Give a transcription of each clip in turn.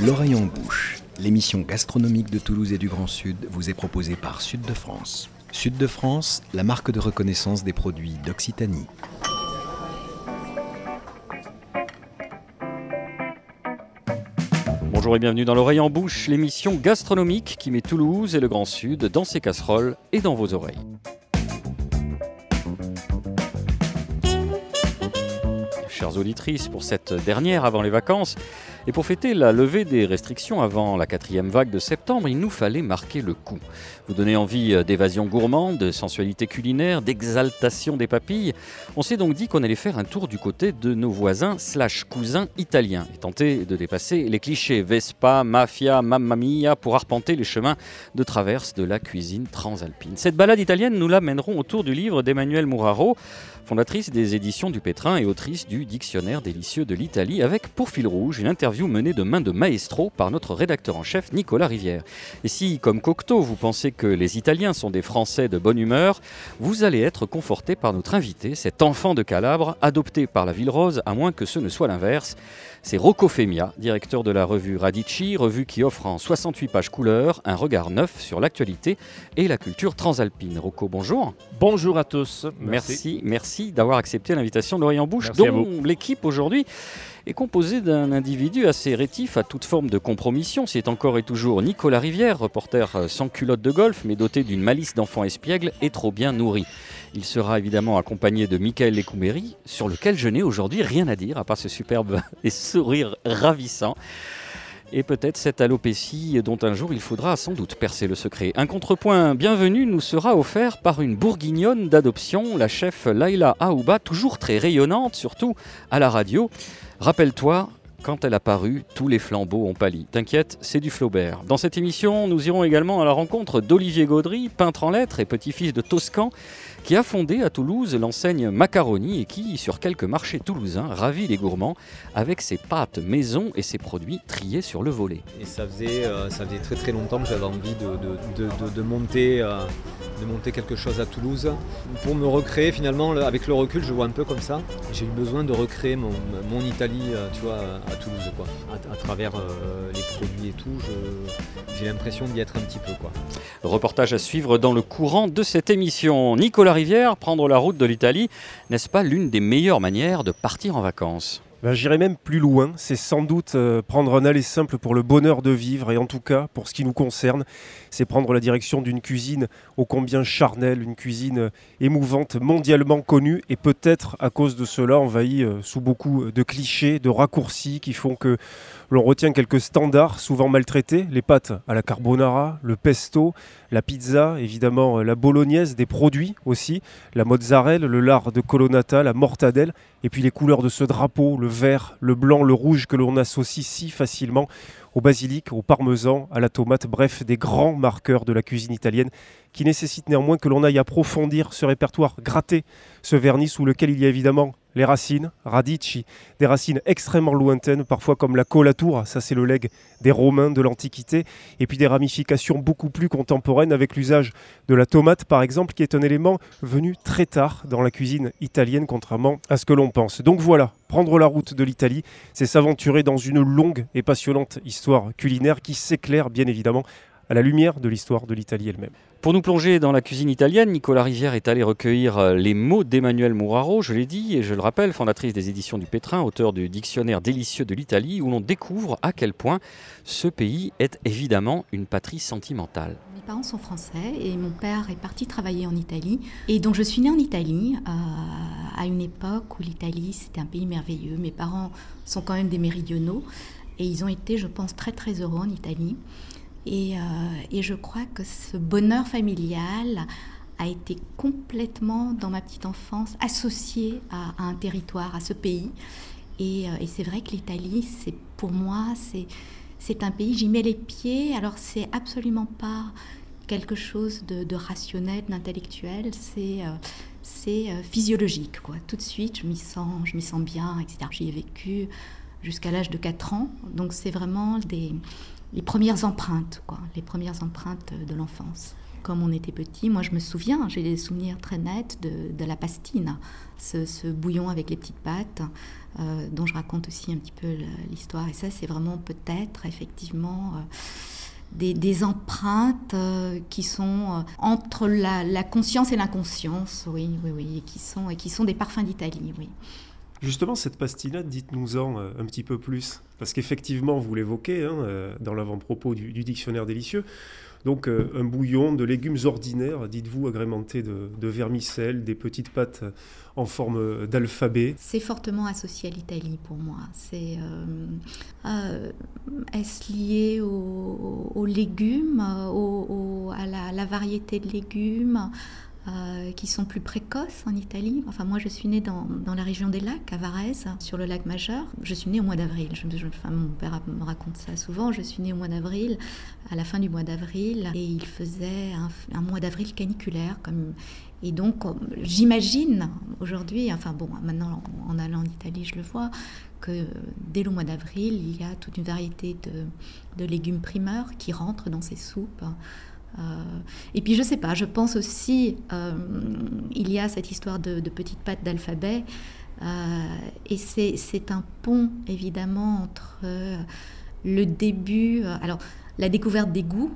L'oreille en bouche, l'émission gastronomique de Toulouse et du Grand Sud vous est proposée par Sud de France. Sud de France, la marque de reconnaissance des produits d'Occitanie. Bonjour et bienvenue dans l'oreille en bouche, l'émission gastronomique qui met Toulouse et le Grand Sud dans ses casseroles et dans vos oreilles. Chères auditrices, pour cette dernière avant les vacances, et pour fêter la levée des restrictions avant la 4e vague de septembre, il nous fallait marquer le coup. Vous donner envie d'évasion gourmande, de sensualité culinaire, d'exaltation des papilles. On s'est donc dit qu'on allait faire un tour du côté de nos voisins / cousins italiens et tenter de dépasser les clichés Vespa, Mafia, Mamma Mia pour arpenter les chemins de traverse de la cuisine transalpine. Cette balade italienne, nous la mènerons autour du livre d'Emmanuelle Muraro, fondatrice des éditions du Pétrin et autrice du Dictionnaire délicieux de l'Italie, avec pour fil rouge une interview menée de main de maestro par notre rédacteur en chef Nicolas Rivière. Et si, comme Cocteau, vous pensez que les Italiens sont des Français de bonne humeur, vous allez être conforté par notre invité, cet enfant de Calabre, adopté par la Ville Rose, à moins que ce ne soit l'inverse. C'est Rocco Femia, directeur de la revue Radici, revue qui offre en 68 pages couleurs un regard neuf sur l'actualité et la culture transalpine. Rocco, bonjour. Bonjour à tous. Merci d'avoir accepté l'invitation de l'oreille en bouche, Merci dont l'équipe aujourd'hui est composé d'un individu assez rétif à toute forme de compromission. C'est encore et toujours Nicolas Rivière, reporter sans culotte de golf, mais doté d'une malice d'enfant espiègle et trop bien nourri. Il sera évidemment accompagné de Michael Lecumeri, sur lequel je n'ai aujourd'hui rien à dire, à part ce superbe et sourire ravissant. Et peut-être cette alopécie dont un jour il faudra sans doute percer le secret. Un contrepoint bienvenu nous sera offert par une bourguignonne d'adoption, la chef Laila Aouba, toujours très rayonnante, surtout à la radio. Rappelle-toi, quand elle a paru, tous les flambeaux ont pâli. T'inquiète, c'est du Flaubert. Dans cette émission, nous irons également à la rencontre d'Olivier Gaudry, peintre en lettres et petit-fils de Toscan, qui a fondé à Toulouse l'enseigne Macaroni et qui, sur quelques marchés toulousains, ravit les gourmands avec ses pâtes maison et ses produits triés sur le volet. Et ça faisait très très longtemps que j'avais envie de monter quelque chose à Toulouse. Pour me recréer finalement, avec le recul, je vois un peu comme ça. J'ai eu besoin de recréer mon Italie, tu vois, à Toulouse, quoi. À travers les produits et tout, j'ai l'impression d'y être un petit peu, quoi. Reportage à suivre dans le courant de cette émission. Nicolas Rivière, prendre la route de l'Italie, n'est-ce pas l'une des meilleures manières de partir en vacances ? J'irai même plus loin, c'est sans doute prendre un aller simple pour le bonheur de vivre et en tout cas, pour ce qui nous concerne, c'est prendre la direction d'une cuisine ô combien charnelle, une cuisine émouvante, mondialement connue et peut-être à cause de cela envahie sous beaucoup de clichés, de raccourcis qui font que l'on retient quelques standards souvent maltraités, les pâtes à la carbonara, le pesto, la pizza, évidemment la bolognaise, des produits aussi, la mozzarella, le lard de colonnata, la mortadelle, et puis les couleurs de ce drapeau, le vert, le blanc, le rouge que l'on associe si facilement au basilic, au parmesan, à la tomate, bref, des grands marqueurs de la cuisine italienne qui nécessitent néanmoins que l'on aille approfondir ce répertoire, gratter ce vernis sous lequel il y a évidemment les racines, radici, des racines extrêmement lointaines, parfois comme la colatura, ça c'est le legs des Romains de l'Antiquité, et puis des ramifications beaucoup plus contemporaines avec l'usage de la tomate par exemple, qui est un élément venu très tard dans la cuisine italienne, contrairement à ce que l'on pense. Donc voilà, prendre la route de l'Italie, c'est s'aventurer dans une longue et passionnante histoire culinaire qui s'éclaire bien évidemment à la lumière de l'histoire de l'Italie elle-même. Pour nous plonger dans la cuisine italienne, Nicolas Rivière est allé recueillir les mots d'Emmanuelle Muraro, je l'ai dit et je le rappelle, fondatrice des éditions du Pétrin, auteur du Dictionnaire délicieux de l'Italie, où l'on découvre à quel point ce pays est évidemment une patrie sentimentale. Mes parents sont français et mon père est parti travailler en Italie. Et donc je suis née en Italie à une époque où l'Italie c'était un pays merveilleux. Mes parents sont quand même des méridionaux et ils ont été, je pense, très très heureux en Italie. Et je crois que ce bonheur familial a été complètement, dans ma petite enfance, associé à un territoire, à ce pays. Et c'est vrai que l'Italie, pour moi, c'est un pays, j'y mets les pieds. Alors, c'est absolument pas quelque chose de rationnel, d'intellectuel. C'est physiologique, quoi. Tout de suite, je m'y sens bien, etc. J'y ai vécu jusqu'à l'âge de 4 ans. Donc, c'est vraiment les premières empreintes, quoi, les premières empreintes de l'enfance. comme on était petit. Moi, je me souviens, j'ai des souvenirs très nets de la pastine, ce bouillon avec les petites pâtes, dont je raconte aussi un petit peu l'histoire. Et ça, c'est vraiment peut-être, effectivement, des empreintes qui sont entre la conscience et l'inconscience, oui, et qui sont des parfums d'Italie, oui. Justement, cette pastinade, dites-nous-en un petit peu plus. Parce qu'effectivement, vous l'évoquez dans l'avant-propos du dictionnaire délicieux. Donc, un bouillon de légumes ordinaires, dites-vous, agrémenté de vermicelle, des petites pâtes en forme d'alphabet. C'est fortement associé à l'Italie pour moi. Est-ce lié aux légumes, à la variété de légumes qui sont plus précoces en Italie. Enfin, moi, je suis née dans la région des lacs, à Varèse, sur le lac Majeur. Je suis née au mois d'avril. Mon père me raconte ça souvent. Je suis née au mois d'avril, à la fin du mois d'avril, et il faisait un mois d'avril caniculaire. Et donc, j'imagine aujourd'hui, enfin bon, maintenant, en allant en Italie, je le vois, que dès le mois d'avril, il y a toute une variété de légumes primeurs qui rentrent dans ces soupes. Et puis je sais pas, je pense aussi il y a cette histoire de petites pâtes d'alphabet et c'est un pont évidemment entre le début, alors la découverte des goûts,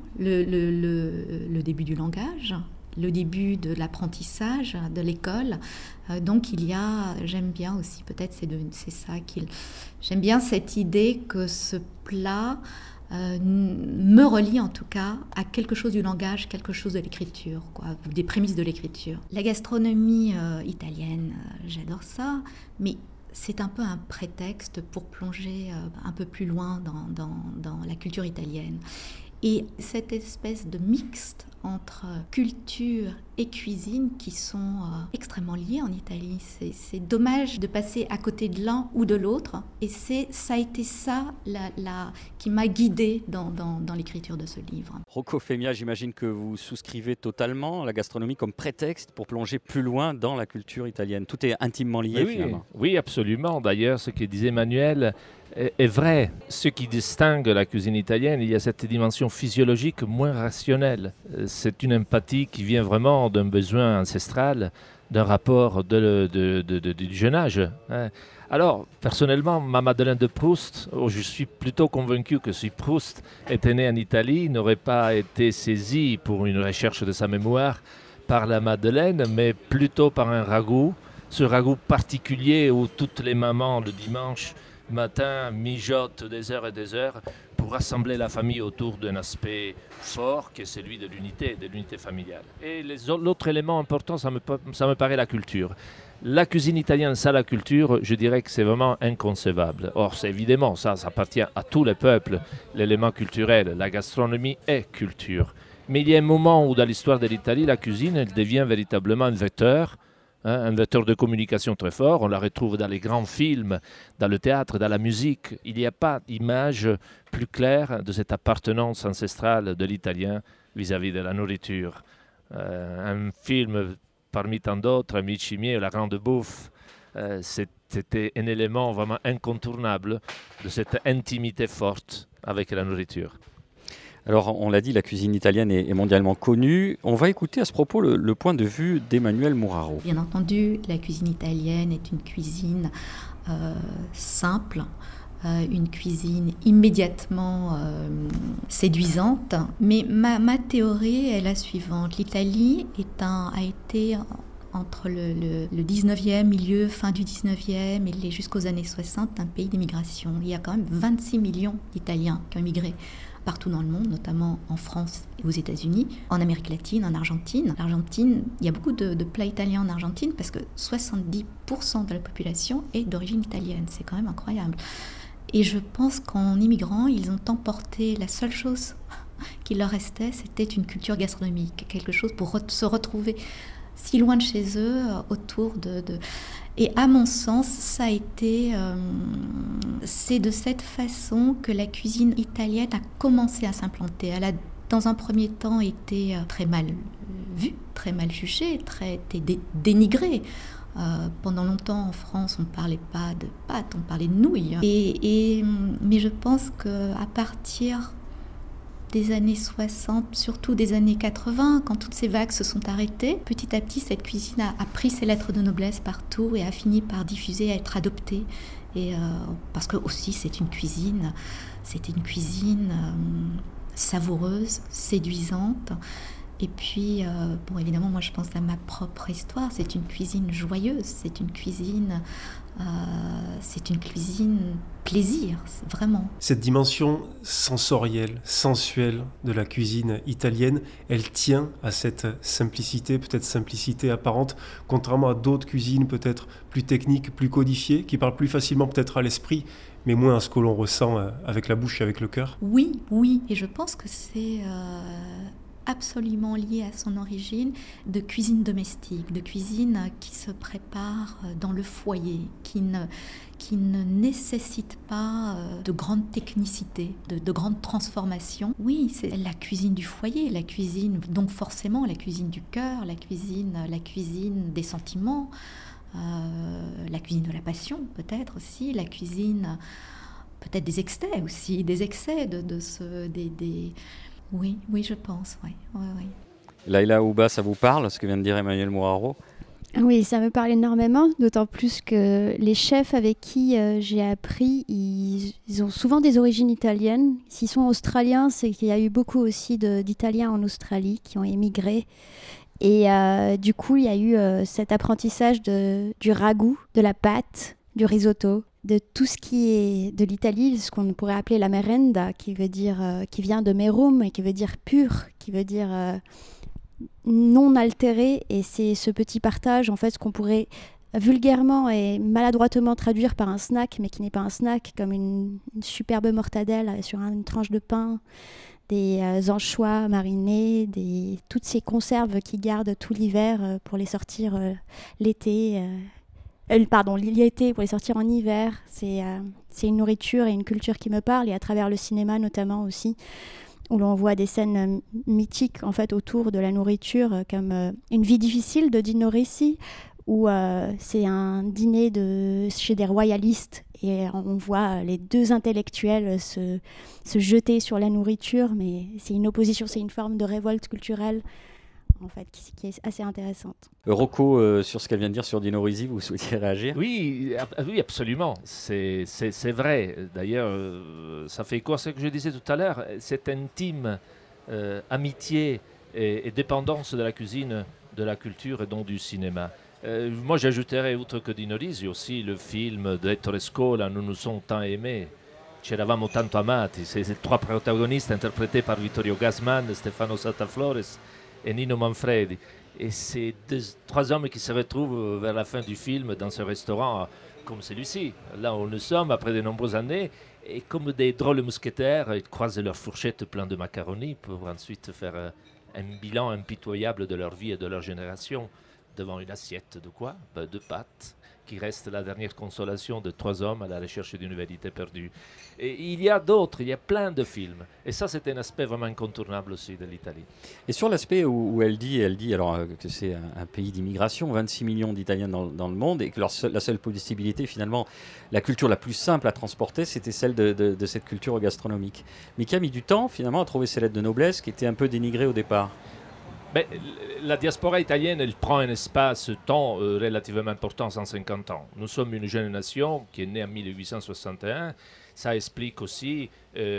le début du langage, le début de l'apprentissage de l'école. Donc il y a, j'aime bien aussi, peut-être c'est ça j'aime bien cette idée que ce plat me relie en tout cas à quelque chose du langage, quelque chose de l'écriture, des prémices de l'écriture. La gastronomie italienne, j'adore ça, mais c'est un peu un prétexte pour plonger un peu plus loin dans la culture italienne. Et cette espèce de mixte entre culture et cuisine qui sont extrêmement liés en Italie. C'est dommage de passer à côté de l'un ou de l'autre. Et ça a été ça qui m'a guidée dans l'écriture de ce livre. Rocco Femia, j'imagine que vous souscrivez totalement à la gastronomie comme prétexte pour plonger plus loin dans la culture italienne. Tout est intimement lié finalement. Oui, absolument. D'ailleurs, ce que disait Emmanuel est vrai. Ce qui distingue la cuisine italienne, il y a cette dimension physiologique moins rationnelle. C'est une empathie qui vient vraiment d'un besoin ancestral, d'un rapport du jeune âge. Alors, personnellement, ma Madeleine de Proust, je suis plutôt convaincu que si Proust était né en Italie, il n'aurait pas été saisi pour une recherche de sa mémoire par la Madeleine, mais plutôt par un ragoût. Ce ragoût particulier où toutes les mamans, le dimanche matin, mijotent des heures et des heures pour rassembler la famille autour d'un aspect fort qui est celui de l'unité familiale. Et l'autre élément important, ça me paraît la culture. La cuisine italienne sans la culture, je dirais que c'est vraiment inconcevable. Or, c'est évidemment, ça appartient à tous les peuples, l'élément culturel. La gastronomie est culture. Mais il y a un moment où dans l'histoire de l'Italie, la cuisine elle devient véritablement un vecteur de communication très fort. On la retrouve dans les grands films, dans le théâtre, dans la musique. Il n'y a pas d'image plus claire de cette appartenance ancestrale de l'Italien vis-à-vis de la nourriture. Un film parmi tant d'autres, Amici miei, La Grande Bouffe, c'était un élément vraiment incontournable de cette intimité forte avec la nourriture. Alors, on l'a dit, la cuisine italienne est mondialement connue. On va écouter à ce propos le point de vue d'Emmanuel Muraro. Bien entendu, la cuisine italienne est une cuisine simple, une cuisine immédiatement séduisante. Mais ma théorie est la suivante. L'Italie a été entre le 19e, fin du 19e et jusqu'aux années 60, un pays d'immigration. Il y a quand même 26 millions d'Italiens qui ont immigré partout dans le monde, notamment en France et aux États-Unis, en Amérique latine, en Argentine. L'Argentine, il y a beaucoup de plats italiens en Argentine parce que 70% de la population est d'origine italienne. C'est quand même incroyable. Et je pense qu'en immigrant, ils ont emporté la seule chose qui leur restait, c'était une culture gastronomique, quelque chose pour se retrouver si loin de chez eux, autour de... Et à mon sens, ça a été... c'est de cette façon que la cuisine italienne a commencé à s'implanter. Elle a, dans un premier temps, été très mal vue, très mal jugée, très dénigrée. Pendant longtemps, en France, on ne parlait pas de pâtes, on parlait de nouilles. Mais je pense qu'à partir des années 60, surtout des années 80, quand toutes ces vagues se sont arrêtées, petit à petit, cette cuisine a pris ses lettres de noblesse partout et a fini par diffuser, à être adoptée. Et parce que aussi, c'était une cuisine savoureuse, séduisante. Et puis, évidemment, moi, je pense à ma propre histoire. C'est une cuisine joyeuse, c'est une cuisine plaisir, vraiment. Cette dimension sensorielle, sensuelle de la cuisine italienne, elle tient à cette simplicité, peut-être simplicité apparente, contrairement à d'autres cuisines peut-être plus techniques, plus codifiées, qui parlent plus facilement peut-être à l'esprit, mais moins à ce que l'on ressent avec la bouche et avec le cœur. Oui, et je pense que c'est absolument lié à son origine de cuisine domestique, de cuisine qui se prépare dans le foyer, qui ne nécessite pas de grande technicité, de grande transformation. Oui, c'est la cuisine du foyer, la cuisine, donc forcément la cuisine du cœur, la cuisine des sentiments, la cuisine de la passion peut-être aussi, la cuisine peut-être des excès Oui, je pense, oui. Laïla Houba, ça vous parle, ce que vient de dire Emmanuel Mouraro ? Oui, ça me parle énormément, d'autant plus que les chefs avec qui j'ai appris, ils ont souvent des origines italiennes. S'ils sont australiens, c'est qu'il y a eu beaucoup aussi d'Italiens en Australie qui ont émigré. Et du coup, il y a eu cet apprentissage du ragoût, de la pâte, du risotto, de tout ce qui est de l'Italie, ce qu'on pourrait appeler la merenda, qui vient de merum et qui veut dire pur, qui veut dire non altéré. Et c'est ce petit partage, en fait, ce qu'on pourrait vulgairement et maladroitement traduire par un snack, mais qui n'est pas un snack, comme une superbe mortadelle sur une tranche de pain, des anchois marinés, toutes ces conserves qui gardent tout l'hiver pour les sortir l'été. L'été pour les sortir en hiver. C'est une nourriture et une culture qui me parle, et à travers le cinéma notamment aussi, où l'on voit des scènes mythiques en fait autour de la nourriture, comme Une vie difficile de Dino Risi, où c'est un dîner chez des royalistes, et on voit les deux intellectuels se jeter sur la nourriture, mais c'est une opposition, c'est une forme de révolte culturelle en fait, qui est assez intéressante. Rocco, sur ce qu'elle vient de dire sur Dino Risi, vous souhaitiez réagir ? Oui, absolument. C'est vrai. D'ailleurs, ça fait écho à ce que je disais tout à l'heure. Cette intime amitié et dépendance de la cuisine, de la culture et donc du cinéma. Moi, j'ajouterais, outre que Dino Risi, aussi le film de Ettore Scola, Nous nous sommes tant aimés. Ci eravamo tanto amati. C'est trois protagonistes interprétés par Vittorio Gassman, Stefano Sattaflores et Nino Manfredi. Et c'est trois hommes qui se retrouvent vers la fin du film dans ce restaurant comme celui-ci. Là où nous sommes, après de nombreuses années, et comme des drôles mousquetaires, ils croisent leurs fourchettes pleines de macaroni pour ensuite faire un bilan impitoyable de leur vie et de leur génération devant une assiette de quoi ? De pâtes, qui reste la dernière consolation de trois hommes à la recherche d'une vérité perdue. Et il y a plein de films. Et ça, c'est un aspect vraiment incontournable aussi de l'Italie. Et sur l'aspect où elle dit alors, que c'est un pays d'immigration, 26 millions d'Italiens dans le monde, et que la seule possibilité, finalement, la culture la plus simple à transporter, c'était celle de cette culture gastronomique. Mais qui a mis du temps, finalement, à trouver ces lettres de noblesse qui étaient un peu dénigrées au départ. Mais la diaspora italienne, elle prend un espace-temps relativement important, 150 ans. Nous sommes une jeune nation qui est née en 1861. Ça explique aussi,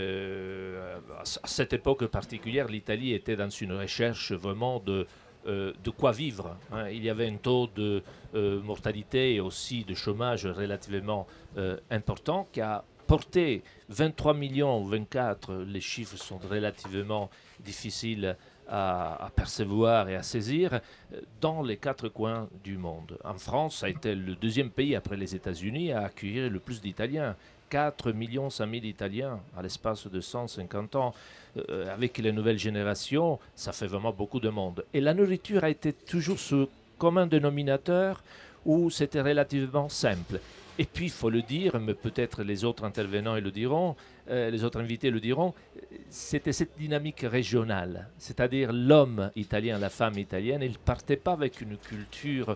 à cette époque particulière, l'Italie était dans une recherche vraiment de quoi vivre. Il y avait un taux de mortalité et aussi de chômage relativement important qui a porté 23 millions, 24, les chiffres sont relativement difficiles à percevoir et à saisir, dans les quatre coins du monde. En France, ça a été le deuxième pays après les États-Unis à accueillir le plus d'Italiens. 4 500 000 Italiens à l'espace de 150 ans. Avec les nouvelles générations, ça fait vraiment beaucoup de monde. Et la nourriture a été toujours ce commun dénominateur où c'était relativement simple. Et puis, il faut le dire, mais peut-être les autres intervenants le diront, les autres invités le diront, c'était cette dynamique régionale. C'est-à-dire l'homme italien, la femme italienne, ils ne partaient pas avec une culture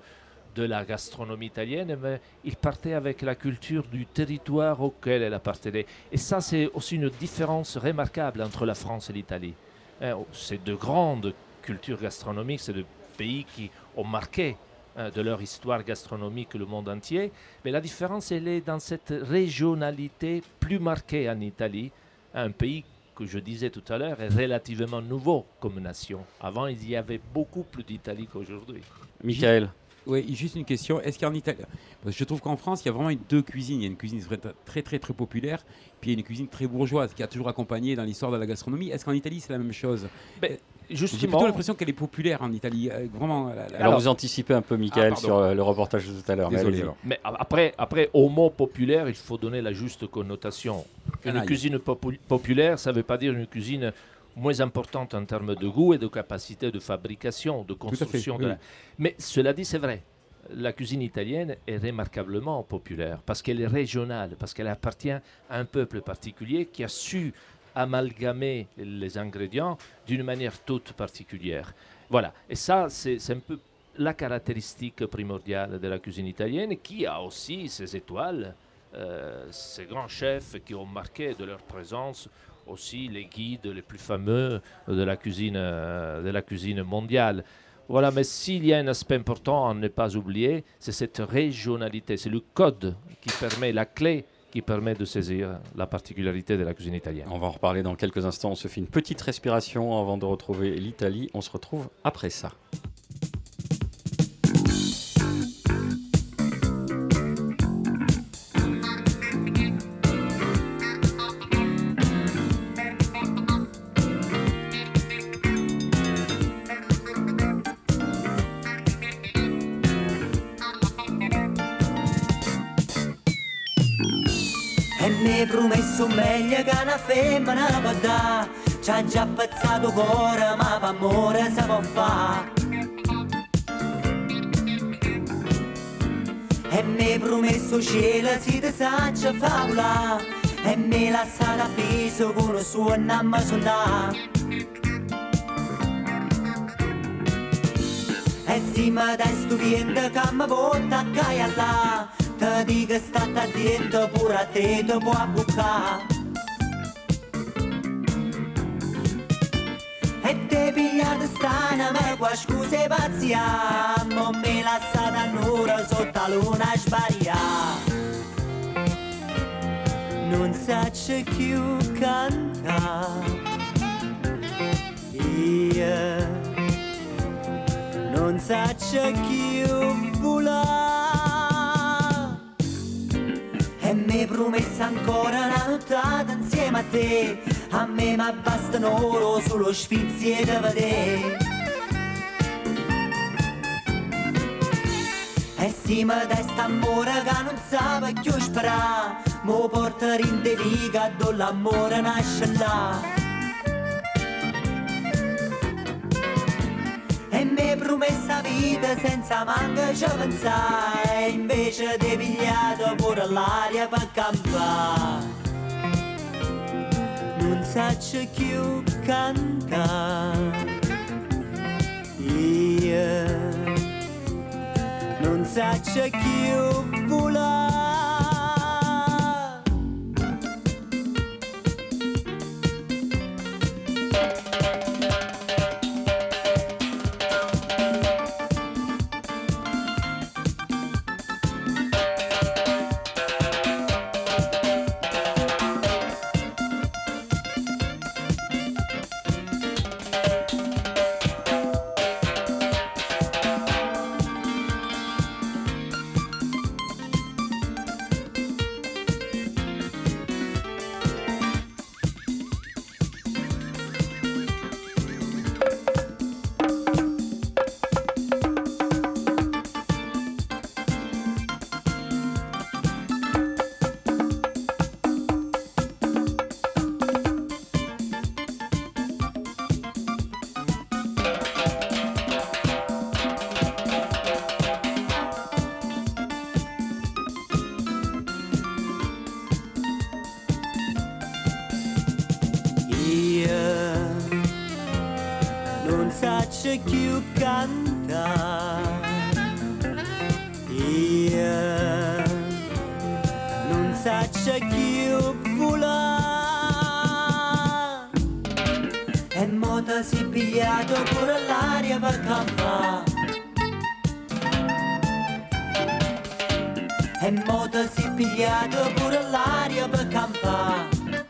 de la gastronomie italienne, mais il partait avec la culture du territoire auquel elle appartenait. Et ça, c'est aussi une différence remarquable entre la France et l'Italie. C'est de grandes cultures gastronomiques, c'est des pays qui ont marqué de leur histoire gastronomique le monde entier, mais la différence, elle est dans cette régionalité plus marquée en Italie, un pays que je disais tout à l'heure est relativement nouveau comme nation. Avant, il y avait beaucoup plus d'Italie qu'aujourd'hui. Michael. Oui, juste une question. Est-ce qu'en Italie, parce que je trouve qu'en France, il y a vraiment deux cuisines. Il y a une cuisine très très très populaire, puis il y a une cuisine très bourgeoise qui a toujours accompagné dans l'histoire de la gastronomie. Est-ce qu'en Italie, c'est la même chose? J'ai plutôt l'impression qu'elle est populaire en Italie. Vraiment. Alors vous anticipez un peu, Michael, sur le reportage de tout à l'heure. Désolé. Mais après, au mot populaire, il faut donner la juste connotation. Une cuisine populaire, ça ne veut pas dire une cuisine moins importante en termes de goût et de capacité de fabrication, de construction. Oui. Mais cela dit, c'est vrai. La cuisine italienne est remarquablement populaire parce qu'elle est régionale, parce qu'elle appartient à un peuple particulier qui a su amalgamer les ingrédients d'une manière toute particulière. Voilà. Et ça, c'est un peu la caractéristique primordiale de la cuisine italienne qui a aussi ses étoiles, ces grands chefs qui ont marqué de leur présence aussi les guides les plus fameux de la cuisine mondiale. Voilà, mais s'il y a un aspect important à ne pas oublier, c'est cette régionalité, c'est le code qui permet, la clé qui permet de saisir la particularité de la cuisine italienne. On va en reparler dans quelques instants. On se fait une petite respiration avant de retrouver l'Italie. On se retrouve après ça. Mi promesso meglio che una femmina può dare. Ci ha già pezzato cuore, ma per amore si può fare. E mi promesso cielo si ti saccia favola. E mi lasciato appeso con il suo nome suonare. E se mi dai sto vento che mi porta a caia ti dico state attento pure a te ti può abbuccare. E te pigliate strana ma qua scusa pazziamo. Mi lasciate a un'ora sotto la luna sbagliare. Non saccio più cantare. Io non saccio più volare. E mi promessa ancora una nottata insieme a te. A me mi bastano oro sullo sfizie da vedere. E se mi dai st'amore che non sape più sperare, mi portare in te viga dove l'amore nasce là. E mi promessa vita senza manca ci pensare. E invece ti pigliato pure l'aria per campare. Non saccio più cantare. Io non saccio più volare. Non saccio più cantare. via, non saccia chi vola. E mota si pigliato pure l'aria per campare. E mota si pigliato pure l'aria per campare.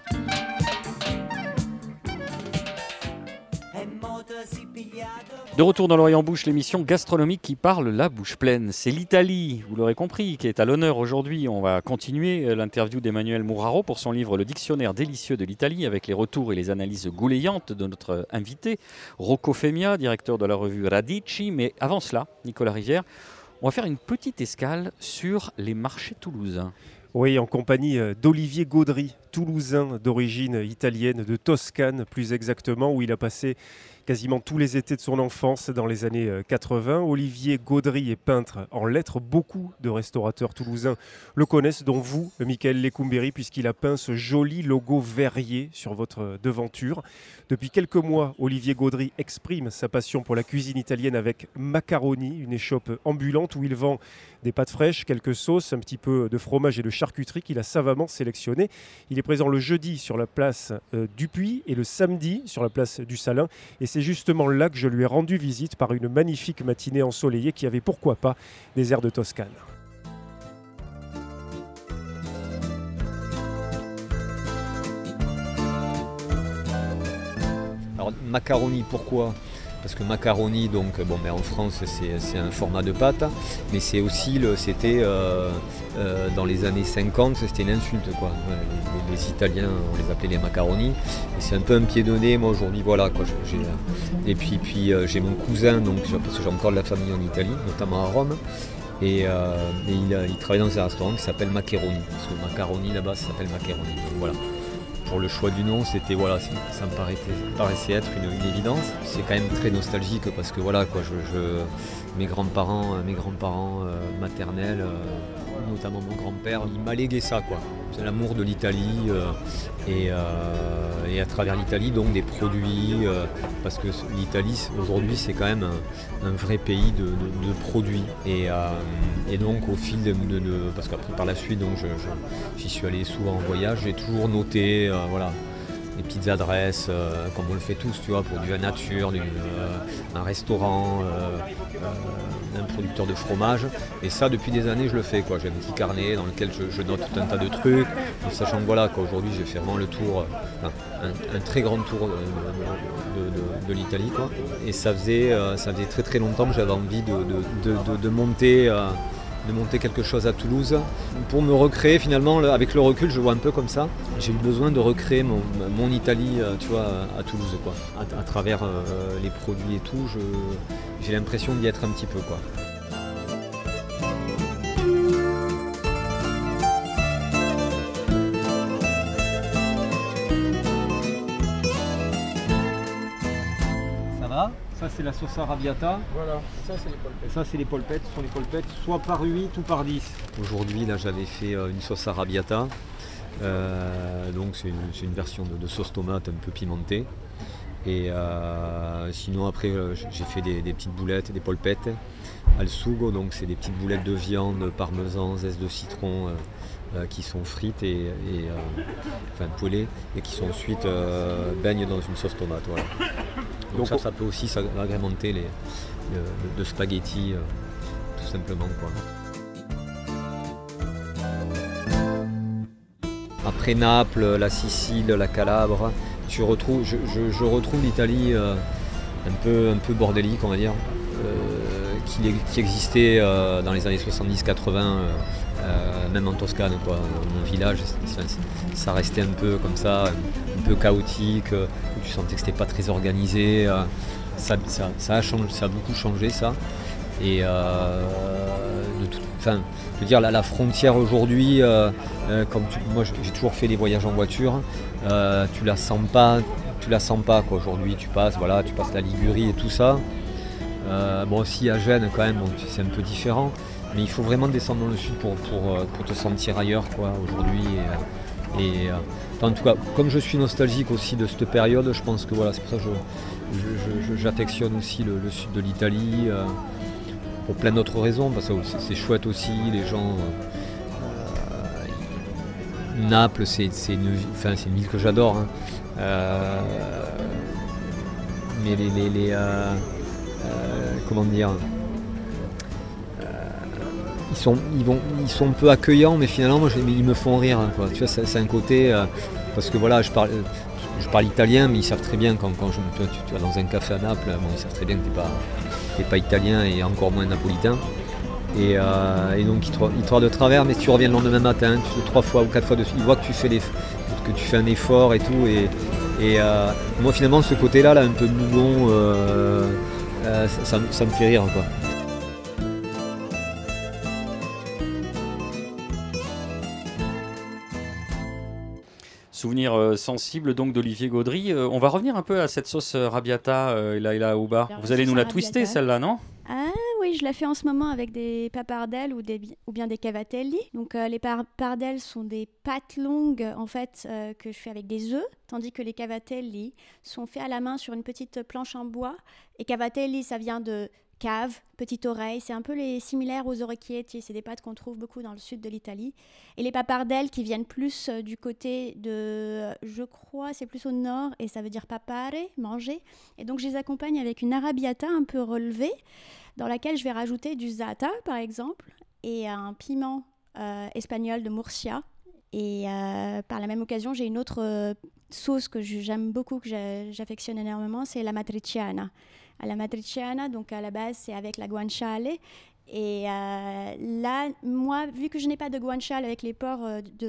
De retour dans l'Orient Bouche, l'émission gastronomique qui parle la bouche pleine. C'est l'Italie, vous l'aurez compris, qui est à l'honneur aujourd'hui. On va continuer l'interview d'Emmanuel Muraro pour son livre Le dictionnaire délicieux de l'Italie, avec les retours et les analyses gouléantes de notre invité, Rocco Femia, directeur de la revue Radici. Mais avant cela, Nicolas Rivière, on va faire une petite escale sur les marchés toulousains. Oui, en compagnie d'Olivier Gaudry, toulousain d'origine italienne, de Toscane plus exactement, où il a passé quasiment tous les étés de son enfance dans les années 80. Olivier Gaudry est peintre en lettres. Beaucoup de restaurateurs toulousains le connaissent, dont vous, Michael Lecumberi, puisqu'il a peint ce joli logo verrier sur votre devanture. Depuis quelques mois, Olivier Gaudry exprime sa passion pour la cuisine italienne avec Macaroni, une échoppe ambulante où il vend des pâtes fraîches, quelques sauces, un petit peu de fromage et de charcuterie qu'il a savamment sélectionné. Il est présent le jeudi sur la place du Puy et le samedi sur la place du Salin. Et c'est justement là que je lui ai rendu visite par une magnifique matinée ensoleillée qui avait pourquoi pas des airs de Toscane. Alors macaroni, pourquoi ? Parce que macaroni, donc, en France, c'est un format de pâte, mais c'est aussi, c'était dans les années 50, c'était une insulte, quoi. Les Italiens, on les appelait les macaroni, et c'est un peu un pied de nez, moi aujourd'hui, voilà, quoi. Et puis j'ai mon cousin, donc, parce que j'ai encore de la famille en Italie, notamment à Rome, et il travaille dans un restaurant qui s'appelle Macaroni, parce que macaroni là-bas, ça s'appelle Macaroni, donc voilà. Pour le choix du nom, c'était ça me paraissait être une évidence. C'est quand même très nostalgique parce que voilà quoi, mes grands-parents maternels, notamment mon grand-père, il m'a légué ça quoi. C'est l'amour de l'Italie et à travers l'Italie donc des produits parce que l'Italie aujourd'hui c'est quand même un vrai pays de produits et donc au fil parce qu'après par la suite donc j'y suis allé souvent en voyage, j'ai toujours noté des petites adresses comme on le fait tous, tu vois, pour du vin nature, un restaurant, un producteur de fromage. Et ça, depuis des années, je le fais, quoi. J'ai un petit carnet dans lequel je note tout un tas de trucs, en sachant que voilà, qu'aujourd'hui, j'ai fait vraiment le tour, un très grand tour de l'Italie, quoi. Et ça faisait très très longtemps que j'avais envie de monter quelque chose à Toulouse. Pour me recréer finalement, avec le recul, je vois un peu comme ça. J'ai eu besoin de recréer mon Italie, tu vois, à Toulouse, quoi. À travers les produits et tout, j'ai l'impression d'y être un petit peu, quoi. Ça c'est la sauce arrabbiata. Voilà, ça c'est les polpettes. Et ça c'est les polpettes, ce sont les polpettes soit par 8 ou par 10. Aujourd'hui là j'avais fait une sauce arrabbiata. Donc c'est une version de sauce tomate un peu pimentée. Et sinon après j'ai fait des petites boulettes, des polpettes al sugo, donc c'est des petites boulettes de viande, parmesan, zeste de citron qui sont frites enfin poêlées et qui sont ensuite baignées dans une sauce tomate. Voilà. Donc ça peut aussi agrémenter de spaghettis tout simplement, quoi. Après Naples, la Sicile, la Calabre, je retrouve l'Italie un peu bordélique, on va dire, qui existait dans les années 70-80, même en Toscane, quoi. Mon village, ça restait un peu comme ça, un peu chaotique, tu sentais que c'était pas très organisé. Ça a beaucoup changé, ça. Et je veux dire, la frontière aujourd'hui, moi j'ai toujours fait des voyages en voiture, tu la sens pas quoi. Aujourd'hui tu passes la Ligurie et tout ça. Aussi à Gênes quand même, c'est un peu différent, mais il faut vraiment descendre dans le sud pour te sentir ailleurs, quoi, aujourd'hui. En tout cas, comme je suis nostalgique aussi de cette période, je pense que voilà, c'est pour ça que j'affectionne aussi le sud de l'Italie. pour plein d'autres raisons, parce que c'est chouette aussi, les gens... Naples, c'est une ville que j'adore, hein. Mais comment dire, ils sont un peu accueillants, mais finalement moi, ils me font rire, hein, quoi. Tu vois, c'est un côté parce que voilà, je parle italien, mais ils savent très bien quand tu vas dans un café à Naples, bon, ils savent très bien que t'es pas italien et encore moins napolitain. Et donc ils te regardent de travers, mais si tu reviens le lendemain matin, 3 fois ou 4 fois dessus, ils voient que tu fais un effort et tout. Et moi finalement ce côté-là, un peu bougon, ça me fait rire, quoi. Souvenir sensible donc d'Olivier Gaudry. On va revenir un peu à cette sauce arrabbiata, Laïla Aouba. Vous allez nous la twister celle-là, non ? Ah oui, je la fais en ce moment avec des pappardelles ou bien des cavatelli. Donc les pappardelles sont des pâtes longues en fait que je fais avec des œufs, tandis que les cavatelli sont faits à la main sur une petite planche en bois. Et cavatelli, ça vient de cave, petite oreille, c'est un peu similaire aux orecchietti, c'est des pâtes qu'on trouve beaucoup dans le sud de l'Italie. Et les pappardelles qui viennent plus du côté de, je crois, c'est plus au nord, et ça veut dire papare, manger. Et donc je les accompagne avec une arrabbiata un peu relevée, dans laquelle je vais rajouter du za'atar, par exemple, et un piment espagnol de Murcia. Et par la même occasion, j'ai une autre sauce que j'aime beaucoup, que j'affectionne énormément, c'est la matriciana. La matriciana, donc à la base, c'est avec la guanciale. Et là, moi, vu que je n'ai pas de guanciale avec les porcs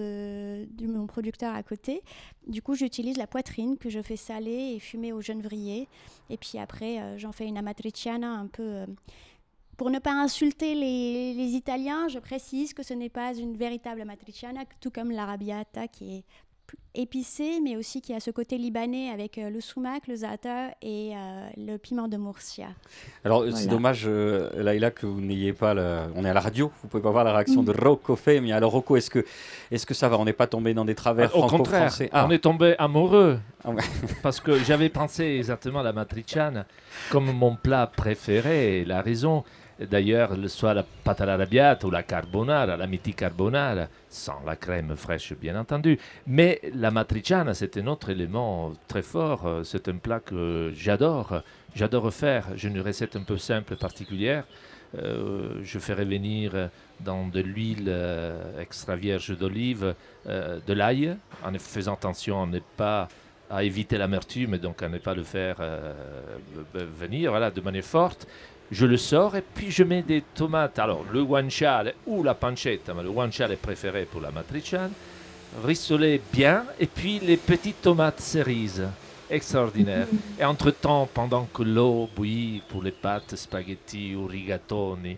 de mon producteur à côté, du coup, j'utilise la poitrine que je fais saler et fumer au genévrier. Et puis après, j'en fais une amatriciana un peu... Pour ne pas insulter les Italiens, je précise que ce n'est pas une véritable matriciana, tout comme l'arrabbiata qui est épicée, mais aussi qui a ce côté libanais avec le sumac, le za'atar et le piment de Murcia. Alors voilà. C'est dommage, Laïla, que vous n'ayez pas... On est à la radio, vous ne pouvez pas voir la réaction de Rocco Femi. Alors Rocco, est-ce que ça va ? On n'est pas tombé dans des travers franco-français ? Au contraire, on est tombé amoureux. Parce que j'avais pensé exactement à la matriciana comme mon plat préféré. La raison... D'ailleurs, soit la pâte all'arrabbiata ou la carbonara, la mythique carbonara, sans la crème fraîche bien entendu. Mais la matriciana, c'est un autre élément très fort. C'est un plat que j'adore faire. J'ai une recette un peu simple, particulière. Je fais revenir dans de l'huile extra vierge d'olive de l'ail, en faisant attention à éviter l'amertume, donc à ne pas le faire venir de manière forte. Je le sors et puis je mets des tomates. Alors, le guanciale ou la pancetta, mais le guanciale est préféré pour la matriciana. Rissoler bien et puis les petites tomates cerises. Extraordinaire. Et entre-temps, pendant que l'eau bouillit pour les pâtes spaghetti ou rigatoni,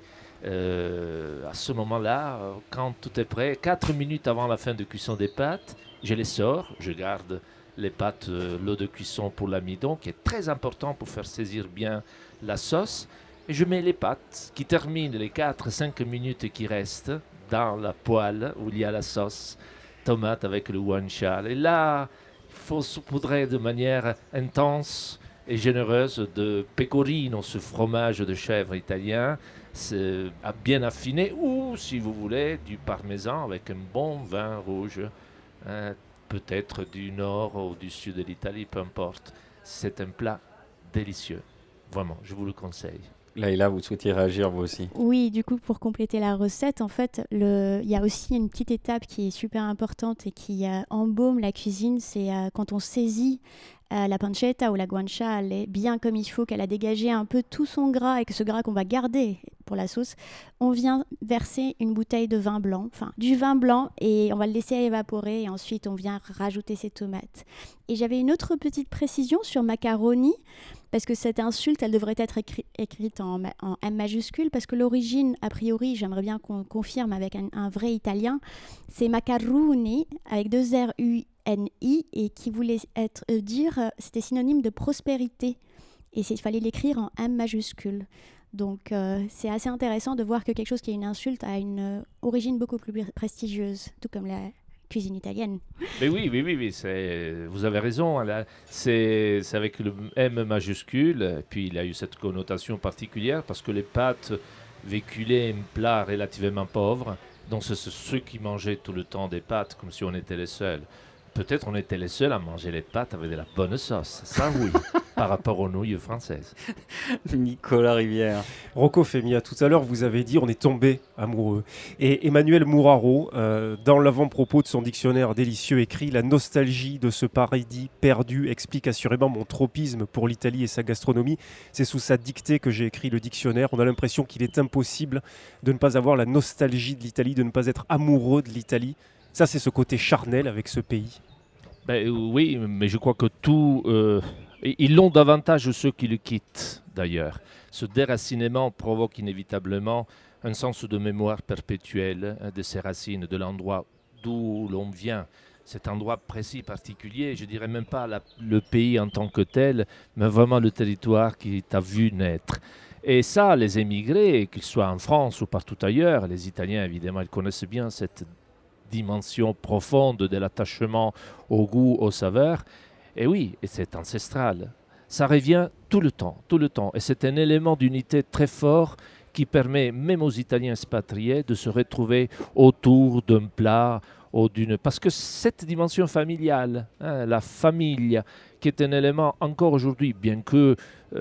à ce moment-là, quand tout est prêt, 4 minutes avant la fin de cuisson des pâtes, je les sors, je garde les pâtes, l'eau de cuisson pour l'amidon, qui est très important pour faire saisir bien la sauce. Et je mets les pâtes qui terminent les 4-5 minutes qui restent dans la poêle où il y a la sauce tomate avec le guanciale. Et là, il faut saupoudrer de manière intense et généreuse de pecorino, ce fromage de chèvre italien, bien affiné, ou si vous voulez, du parmesan avec un bon vin rouge, peut-être du nord ou du sud de l'Italie, peu importe. C'est un plat délicieux. Vraiment, je vous le conseille. Laïla, vous souhaitiez réagir vous aussi ? Oui, du coup, pour compléter la recette, en fait, il y a aussi une petite étape qui est super importante et qui embaume la cuisine, c'est quand on saisit la pancetta ou la guanciale bien comme il faut, qu'elle a dégagé un peu tout son gras et que ce gras qu'on va garder pour la sauce, on vient verser une bouteille de vin blanc, enfin du vin blanc, et on va le laisser évaporer et ensuite on vient rajouter ses tomates. Et j'avais une autre petite précision sur macaroni, parce que cette insulte, elle devrait être écrite en M majuscule, parce que l'origine, a priori, j'aimerais bien qu'on confirme avec un vrai italien, c'est macaroni avec 2 R-U-N-I, et qui voulait dire, c'était synonyme de prospérité, et il fallait l'écrire en M majuscule. Donc c'est assez intéressant de voir que quelque chose qui est une insulte a une origine beaucoup plus prestigieuse, tout comme la cuisine italienne. Mais oui, vous avez raison. Là, c'est avec le M majuscule, puis il a eu cette connotation particulière parce que les pâtes véhiculer un plat relativement pauvre. Donc c'est ceux qui mangeaient tout le temps des pâtes comme si on était les seuls. Peut-être on était les seuls à manger les pâtes avec de la bonne sauce. Ça oui, par rapport aux nouilles françaises. Nicolas Rivière. Rocco Femia, tout à l'heure vous avez dit on est tombé amoureux. Et Emmanuel Mouraro, dans l'avant-propos de son dictionnaire délicieux, écrit « La nostalgie de ce paradis perdu explique assurément mon tropisme pour l'Italie et sa gastronomie. C'est sous sa dictée que j'ai écrit le dictionnaire. On a l'impression qu'il est impossible de ne pas avoir la nostalgie de l'Italie, de ne pas être amoureux de l'Italie. » Ça, c'est ce côté charnel avec ce pays. Oui, mais je crois que ils l'ont davantage ceux qui le quittent, d'ailleurs. Ce déracinement provoque inévitablement un sens de mémoire perpétuelle de ses racines, de l'endroit d'où l'on vient. Cet endroit précis, particulier, je dirais même pas le pays en tant que tel, mais vraiment le territoire qui t'a vu naître. Et ça, les émigrés, qu'ils soient en France ou partout ailleurs, les Italiens, évidemment, ils connaissent bien cette dimension profonde de l'attachement au goût, aux saveurs. Et oui, et c'est ancestral. Ça revient tout le temps. Et c'est un élément d'unité très fort qui permet même aux Italiens expatriés de se retrouver autour d'un plat ou parce que cette dimension familiale, la famille, qui est un élément encore aujourd'hui, bien que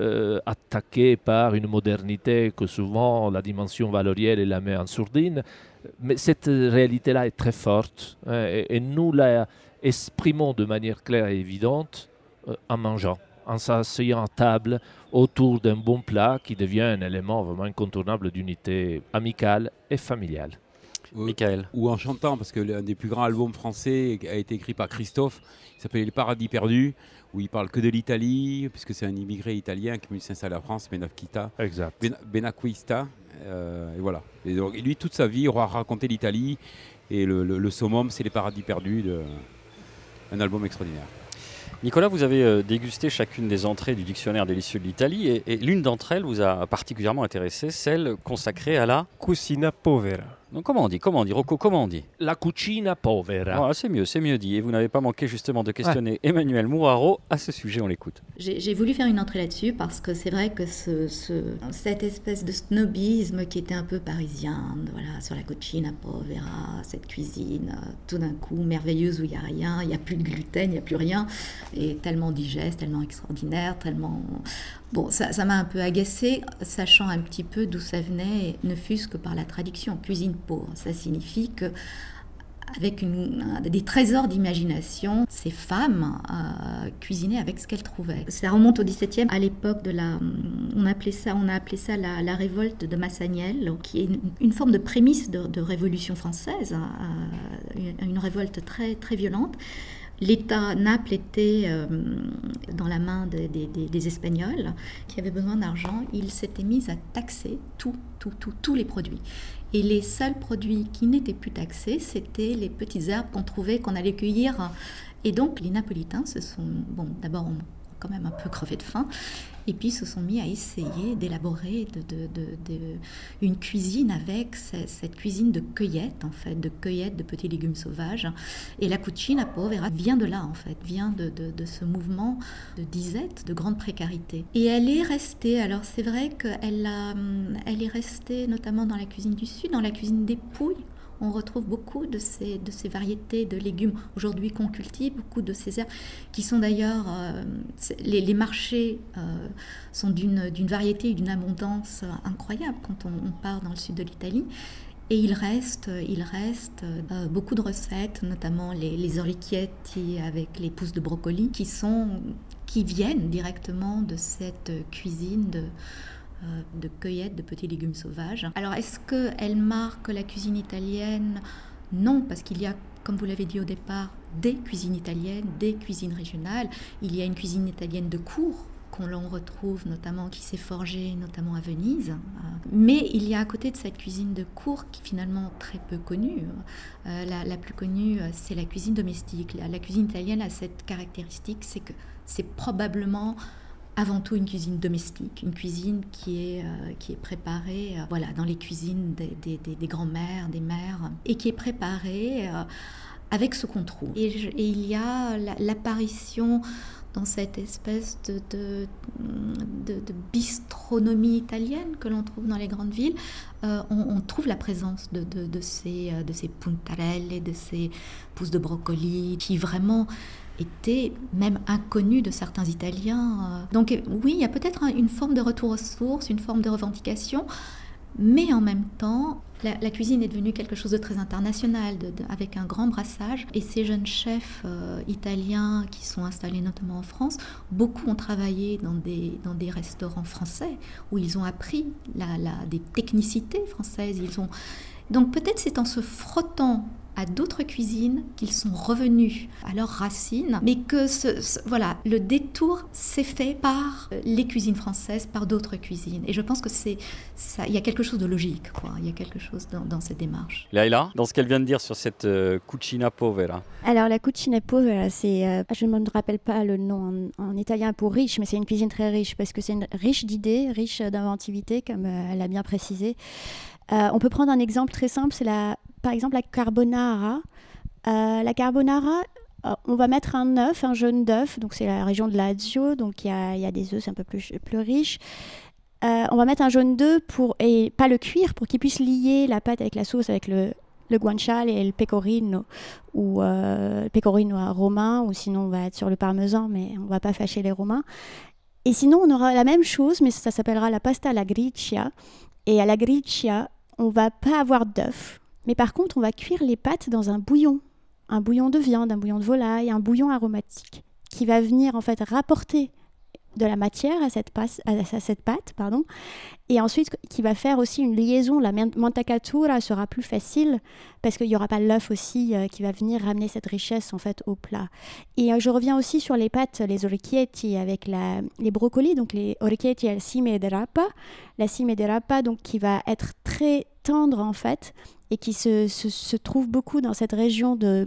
attaqué par une modernité que souvent la dimension valorielle la met en sourdine, mais cette réalité-là est très forte et nous la exprimons de manière claire et évidente en mangeant, en s'asseyant à table autour d'un bon plat qui devient un élément vraiment incontournable d'unité amicale et familiale. Michael. Ou en chantant, parce que l'un des plus grands albums français a été écrit par Christophe, il s'appelle Les Paradis Perdus, où il parle que de l'Italie, puisque c'est un immigré italien qui s'installe en France, Benacquista. Et voilà. Et donc, lui, toute sa vie, aura raconté l'Italie, et le summum, c'est Les Paradis Perdus, un album extraordinaire. Nicolas, vous avez dégusté chacune des entrées du dictionnaire délicieux de l'Italie et l'une d'entre elles vous a particulièrement intéressé, celle consacrée à la cucina povera. Donc, comment on dit Rocco, comment on dit? La cucina povera. C'est mieux dit. Et vous n'avez pas manqué justement de questionner Emmanuel Mouraro à ce sujet, on l'écoute. J'ai voulu faire une entrée là-dessus parce que c'est vrai que cette espèce de snobisme qui était un peu parisien, voilà, sur la cucina povera, cette cuisine tout d'un coup merveilleuse où il n'y a rien, il n'y a plus de gluten, il n'y a plus rien, et tellement digeste, tellement extraordinaire, tellement... Bon, ça m'a un peu agacée, sachant un petit peu d'où ça venait, ne fût-ce que par la traduction. Cuisine pauvre, ça signifie que avec des trésors d'imagination, ces femmes cuisinaient avec ce qu'elles trouvaient. Ça remonte au XVIIe, à l'époque on a appelé ça la révolte de Massagnel, qui est une forme de prémisse de révolution française, une révolte très, très violente. Naples était dans la main des Espagnols qui avaient besoin d'argent. Ils s'étaient mis à taxer tous les produits. Et les seuls produits qui n'étaient plus taxés, c'était les petites herbes qu'on allait cueillir. Et donc les Napolitains d'abord ont quand même un peu crevé de faim, et puis se sont mis à essayer d'élaborer une cuisine avec cette cuisine de cueillette, en fait, de petits légumes sauvages. Et la cucina povera vient de là, en fait, vient de ce mouvement de disette, de grande précarité. Et elle est restée, alors c'est vrai qu'elle est restée notamment dans la cuisine du Sud, dans la cuisine des Pouilles. On retrouve beaucoup de ces variétés de légumes aujourd'hui qu'on cultive, beaucoup de ces herbes qui sont d'ailleurs... les marchés sont d'une variété et d'une abondance incroyable quand on part dans le sud de l'Italie. Et il reste beaucoup de recettes, notamment les orecchietti avec les pousses de brocoli, qui viennent directement de cette cuisine de cueillette de petits légumes sauvages. Alors, est-ce qu'elle marque la cuisine italienne ? Non, parce qu'il y a, comme vous l'avez dit au départ, des cuisines italiennes, des cuisines régionales. Il y a une cuisine italienne de cour qu'on retrouve notamment, qui s'est forgée notamment à Venise. Mais il y a à côté de cette cuisine de cour qui est finalement très peu connue. La plus connue, c'est la cuisine domestique. La cuisine italienne a cette caractéristique, c'est que c'est probablement avant tout une cuisine domestique, une cuisine qui est préparée dans les cuisines des grands-mères, des mères, et qui est préparée avec ce qu'on trouve. Et il y a l'apparition dans cette espèce de bistrot gastronomie italienne que l'on trouve dans les grandes villes, on trouve la présence de ces puntarelle, de ces pousses de brocoli qui vraiment étaient même inconnues de certains Italiens. Donc oui, il y a peut-être une forme de retour aux sources, une forme de revendication, mais en même temps, la cuisine est devenue quelque chose de très international, avec un grand brassage. Et ces jeunes chefs italiens qui sont installés notamment en France, beaucoup ont travaillé dans des restaurants français où ils ont appris des technicités françaises. Donc peut-être c'est en se frottant à d'autres cuisines qu'ils sont revenus à leurs racines, mais que voilà, le détour s'est fait par les cuisines françaises, par d'autres cuisines. Et je pense que il y a quelque chose de logique, quoi. Il y a quelque chose dans cette démarche. Laila, dans ce qu'elle vient de dire sur cette cucina povera. Alors la cucina povera, je ne me rappelle pas le nom en italien pour riche, mais c'est une cuisine très riche parce que c'est riche d'idées, riche d'inventivité, comme elle a bien précisé. On peut prendre un exemple très simple, par exemple la carbonara. La carbonara, on va mettre un jaune d'œuf, donc c'est la région de Lazio, donc il y a des œufs, c'est un peu plus riche. On va mettre un jaune d'œuf et pas le cuire pour qu'il puisse lier la pâte avec la sauce, avec le guanciale et le pecorino, ou le pecorino romain, ou sinon on va être sur le parmesan, mais on ne va pas fâcher les Romains. Et sinon, on aura la même chose, mais ça s'appellera la pasta alla gricia. Et à la gricia, on ne va pas avoir d'œuf, mais par contre, on va cuire les pâtes dans un bouillon de viande, un bouillon de volaille, un bouillon aromatique, qui va venir en fait rapporter de la matière à cette pâte, et ensuite qui va faire aussi une liaison. La mantecatura sera plus facile parce qu'il n'y aura pas l'œuf aussi qui va venir ramener cette richesse en fait au plat. Et je reviens aussi sur les pâtes, les orecchietti avec les brocolis, donc les orecchietti al sime di rapa, la cime di rapa donc qui va être très tendre en fait et qui se trouve beaucoup dans cette région dans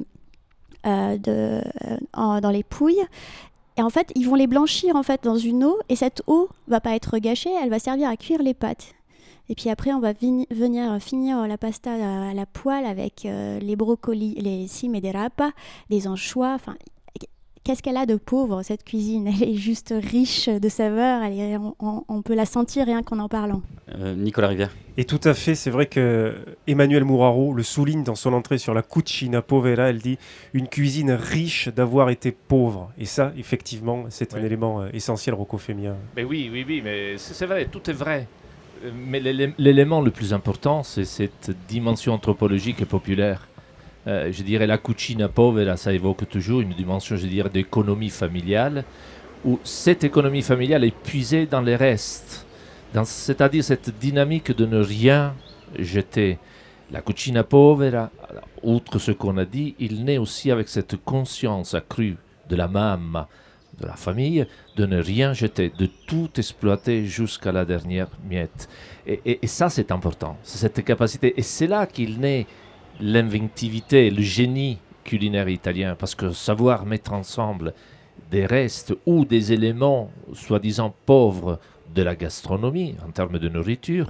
les Pouilles. Et en fait, ils vont les blanchir en fait dans une eau, et cette eau va pas être gâchée, elle va servir à cuire les pâtes. Et puis après, on va venir finir la pasta à la poêle avec les brocolis, les cime di rapa, des anchois. Enfin, qu'est-ce qu'elle a de pauvre cette cuisine ? Elle est juste riche de saveurs. On peut la sentir rien qu'en en parlant. Nicolas Rivière. Et tout à fait, c'est vrai que Emmanuelle Mouraro le souligne dans son entrée sur la cucina povera. Elle dit une cuisine riche d'avoir été pauvre. Et ça, effectivement, c'est un élément essentiel, Rocco Femia. Mais oui, mais c'est vrai, tout est vrai. Mais l'élément le plus important, c'est cette dimension anthropologique et populaire. Je dirais la cucina povera, ça évoque toujours une dimension, je dirais, d'économie familiale, où cette économie familiale est puisée dans les restes, c'est-à-dire cette dynamique de ne rien jeter. La cucina povera, outre ce qu'on a dit, il naît aussi avec cette conscience accrue de la mamma, de la famille, de ne rien jeter, de tout exploiter jusqu'à la dernière miette. Et ça, c'est important, c'est cette capacité. Et c'est là qu'il naît l'inventivité, le génie culinaire italien, parce que savoir mettre ensemble des restes ou des éléments soi-disant pauvres de la gastronomie en termes de nourriture,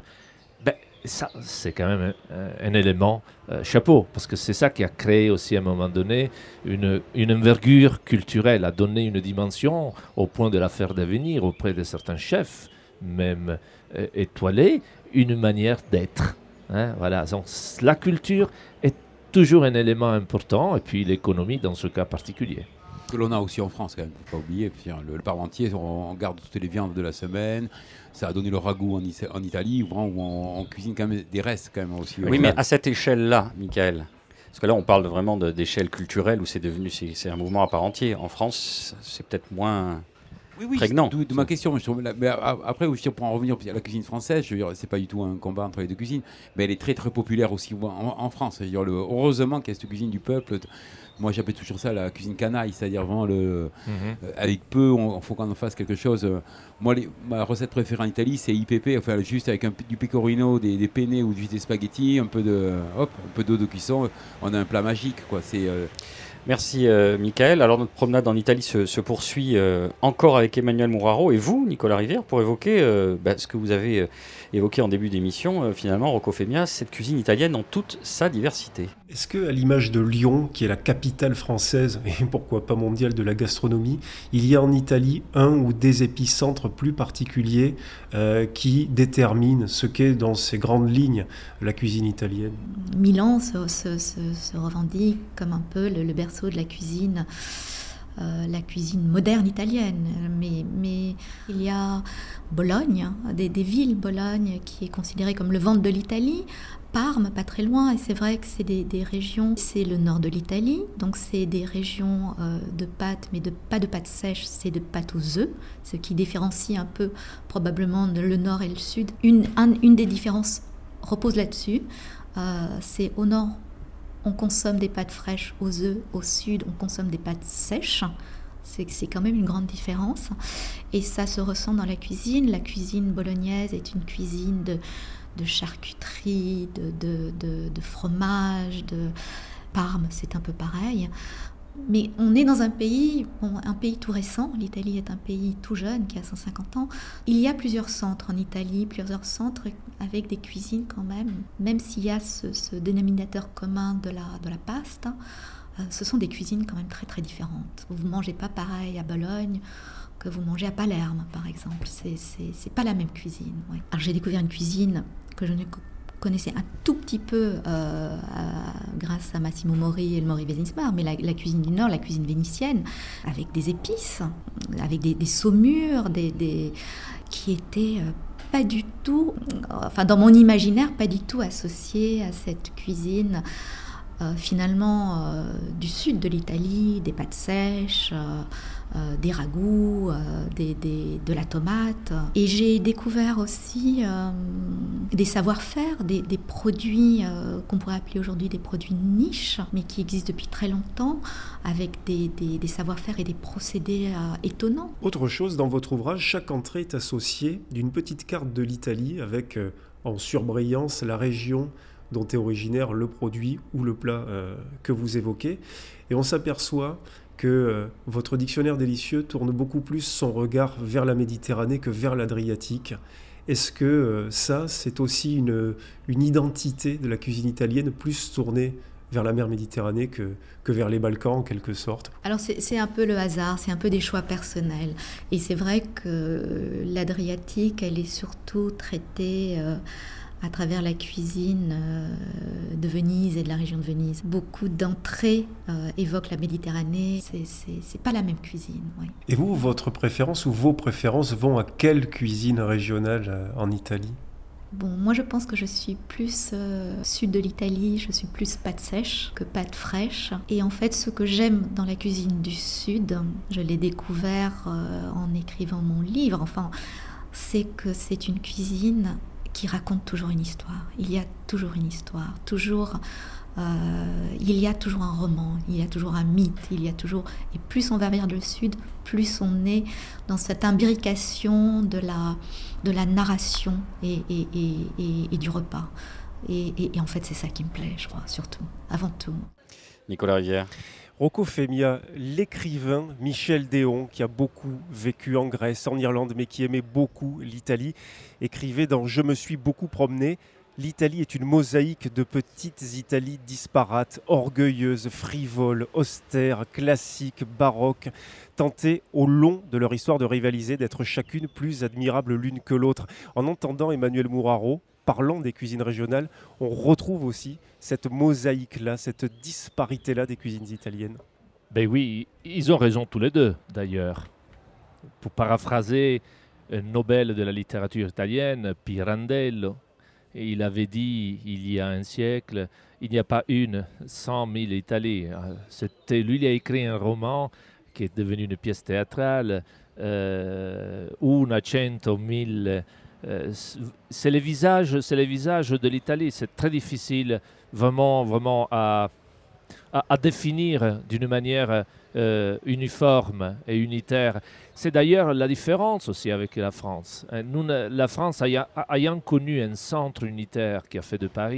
ça c'est quand même un élément chapeau, parce que c'est ça qui a créé aussi à un moment donné une envergure culturelle, a donné une dimension au point de la faire devenir auprès de certains chefs, même étoilés, une manière d'être. Voilà. Donc, la culture est toujours un élément important, et puis l'économie dans ce cas particulier. Que l'on a aussi en France, quand même, il ne faut pas oublier. Le parmentier, on garde toutes les viandes de la semaine. Ça a donné le ragoût en Italie, où on cuisine quand même des restes quand même aussi. Oui, mais à cette échelle-là, Michael, parce que là on parle vraiment d'échelle culturelle où c'est un mouvement à part entière. En France, c'est peut-être moins... Oui, prégnant. De ma question. Mais après, pour en revenir à la cuisine française, je veux dire, c'est pas du tout un combat entre les deux cuisines, mais elle est très très populaire aussi en France. Heureusement qu'il y a cette cuisine du peuple. Moi, j'appelle toujours ça la cuisine canaille, c'est-à-dire vraiment avec peu, il faut qu'on en fasse quelque chose. Moi, ma recette préférée en Italie, c'est IPP, enfin juste avec du pecorino, des penne ou des spaghettis, un peu d'eau de cuisson. On a un plat magique, quoi. Merci Michael. Alors notre promenade en Italie se poursuit encore avec Emmanuel Mouraro et vous, Nicolas Rivière, pour évoquer ce que vous avez évoqué en début d'émission, finalement, Rocco Femia, cette cuisine italienne en toute sa diversité. Est-ce qu'à l'image de Lyon, qui est la capitale française et pourquoi pas mondiale de la gastronomie, il y a en Italie un ou des épicentres plus particuliers qui déterminent ce qu'est dans ces grandes lignes la cuisine italienne? Milan se revendique comme un peu le berceau de la cuisine moderne italienne. Mais il y a Bologne, des villes, Bologne, qui est considérée comme le ventre de l'Italie. Parme, pas très loin, et c'est vrai que c'est des régions, c'est le nord de l'Italie, donc c'est des régions de pâtes, mais pas de pâtes sèches, c'est de pâtes aux œufs, ce qui différencie un peu probablement le nord et le sud. Une des différences repose là-dessus, c'est au nord, on consomme des pâtes fraîches aux œufs, au sud, on consomme des pâtes sèches. C'est quand même une grande différence, et ça se ressent dans la cuisine. La cuisine bolognaise est une cuisine de charcuterie, de fromage, de Parme, c'est un peu pareil. Mais on est dans un pays tout récent. L'Italie est un pays tout jeune, qui a 150 ans. Il y a plusieurs centres en Italie, plusieurs centres avec des cuisines quand même s'il y a ce dénominateur commun de la pasta, ce sont des cuisines quand même très très différentes. Vous ne mangez pas pareil à Bologne que vous mangez à Palerme, par exemple. C'est pas la même cuisine. Ouais. Alors j'ai découvert une cuisine que je ne connaissais un tout petit peu grâce à Massimo Mori et le Mori Vénismar, mais la cuisine du Nord, la cuisine vénitienne, avec des épices, avec des saumures, qui étaient pas du tout, enfin dans mon imaginaire, pas du tout associées à cette cuisine finalement du sud de l'Italie, des pâtes sèches, des ragoûts, de la tomate. Et j'ai découvert aussi des savoir-faire, des produits qu'on pourrait appeler aujourd'hui des produits niches, mais qui existent depuis très longtemps, avec des savoir-faire et des procédés étonnants. Autre chose, dans votre ouvrage, chaque entrée est associée d'une petite carte de l'Italie avec en surbrillance la région dont est originaire le produit ou le plat que vous évoquez. Et on s'aperçoit que votre dictionnaire délicieux tourne beaucoup plus son regard vers la Méditerranée que vers l'Adriatique. Est-ce que ça, c'est aussi une identité de la cuisine italienne, plus tournée vers la mer Méditerranée que vers les Balkans, en quelque sorte? Alors c'est un peu le hasard, c'est un peu des choix personnels. Et c'est vrai que l'Adriatique, elle est surtout traitée à travers la cuisine de Venise et de la région de Venise. Beaucoup d'entrées évoquent la Méditerranée, c'est pas la même cuisine. Oui. Et vous, votre préférence ou vos préférences vont à quelle cuisine régionale en Italie? Bon, moi je pense que je suis plus sud de l'Italie, je suis plus pâtes sèches que pâtes fraîches. Et en fait, ce que j'aime dans la cuisine du sud, je l'ai découvert en écrivant mon livre, c'est que c'est une cuisine qui raconte toujours une histoire. Il y a toujours une histoire, il y a toujours un roman, il y a toujours un mythe, et plus on va vers le sud, plus on est dans cette imbrication de la narration et du repas. Et en fait, c'est ça qui me plaît, je crois, surtout, avant tout. Nicolas Rivière. Rocco Femia, l'écrivain Michel Déon, qui a beaucoup vécu en Grèce, en Irlande, mais qui aimait beaucoup l'Italie, écrivait dans « Je me suis beaucoup promené ». L'Italie est une mosaïque de petites Italies disparates, orgueilleuses, frivoles, austères, classiques, baroques, tentées au long de leur histoire de rivaliser, d'être chacune plus admirable l'une que l'autre. En entendant Emmanuel Mouraro, parlant des cuisines régionales, on retrouve aussi cette mosaïque-là, cette disparité-là des cuisines italiennes. Ben oui, ils ont raison tous les deux, d'ailleurs. Pour paraphraser un Nobel de la littérature italienne, Pirandello, il avait dit il y a un siècle, il n'y a pas 100 000 Italies. Lui, il a écrit un roman qui est devenu une pièce théâtrale, Una 100 000. C'est les visages de l'Italie. C'est très difficile vraiment à définir d'une manière uniforme et unitaire. C'est d'ailleurs la différence aussi avec la France. Nous, la France ayant connu un centre unitaire qui a fait de Paris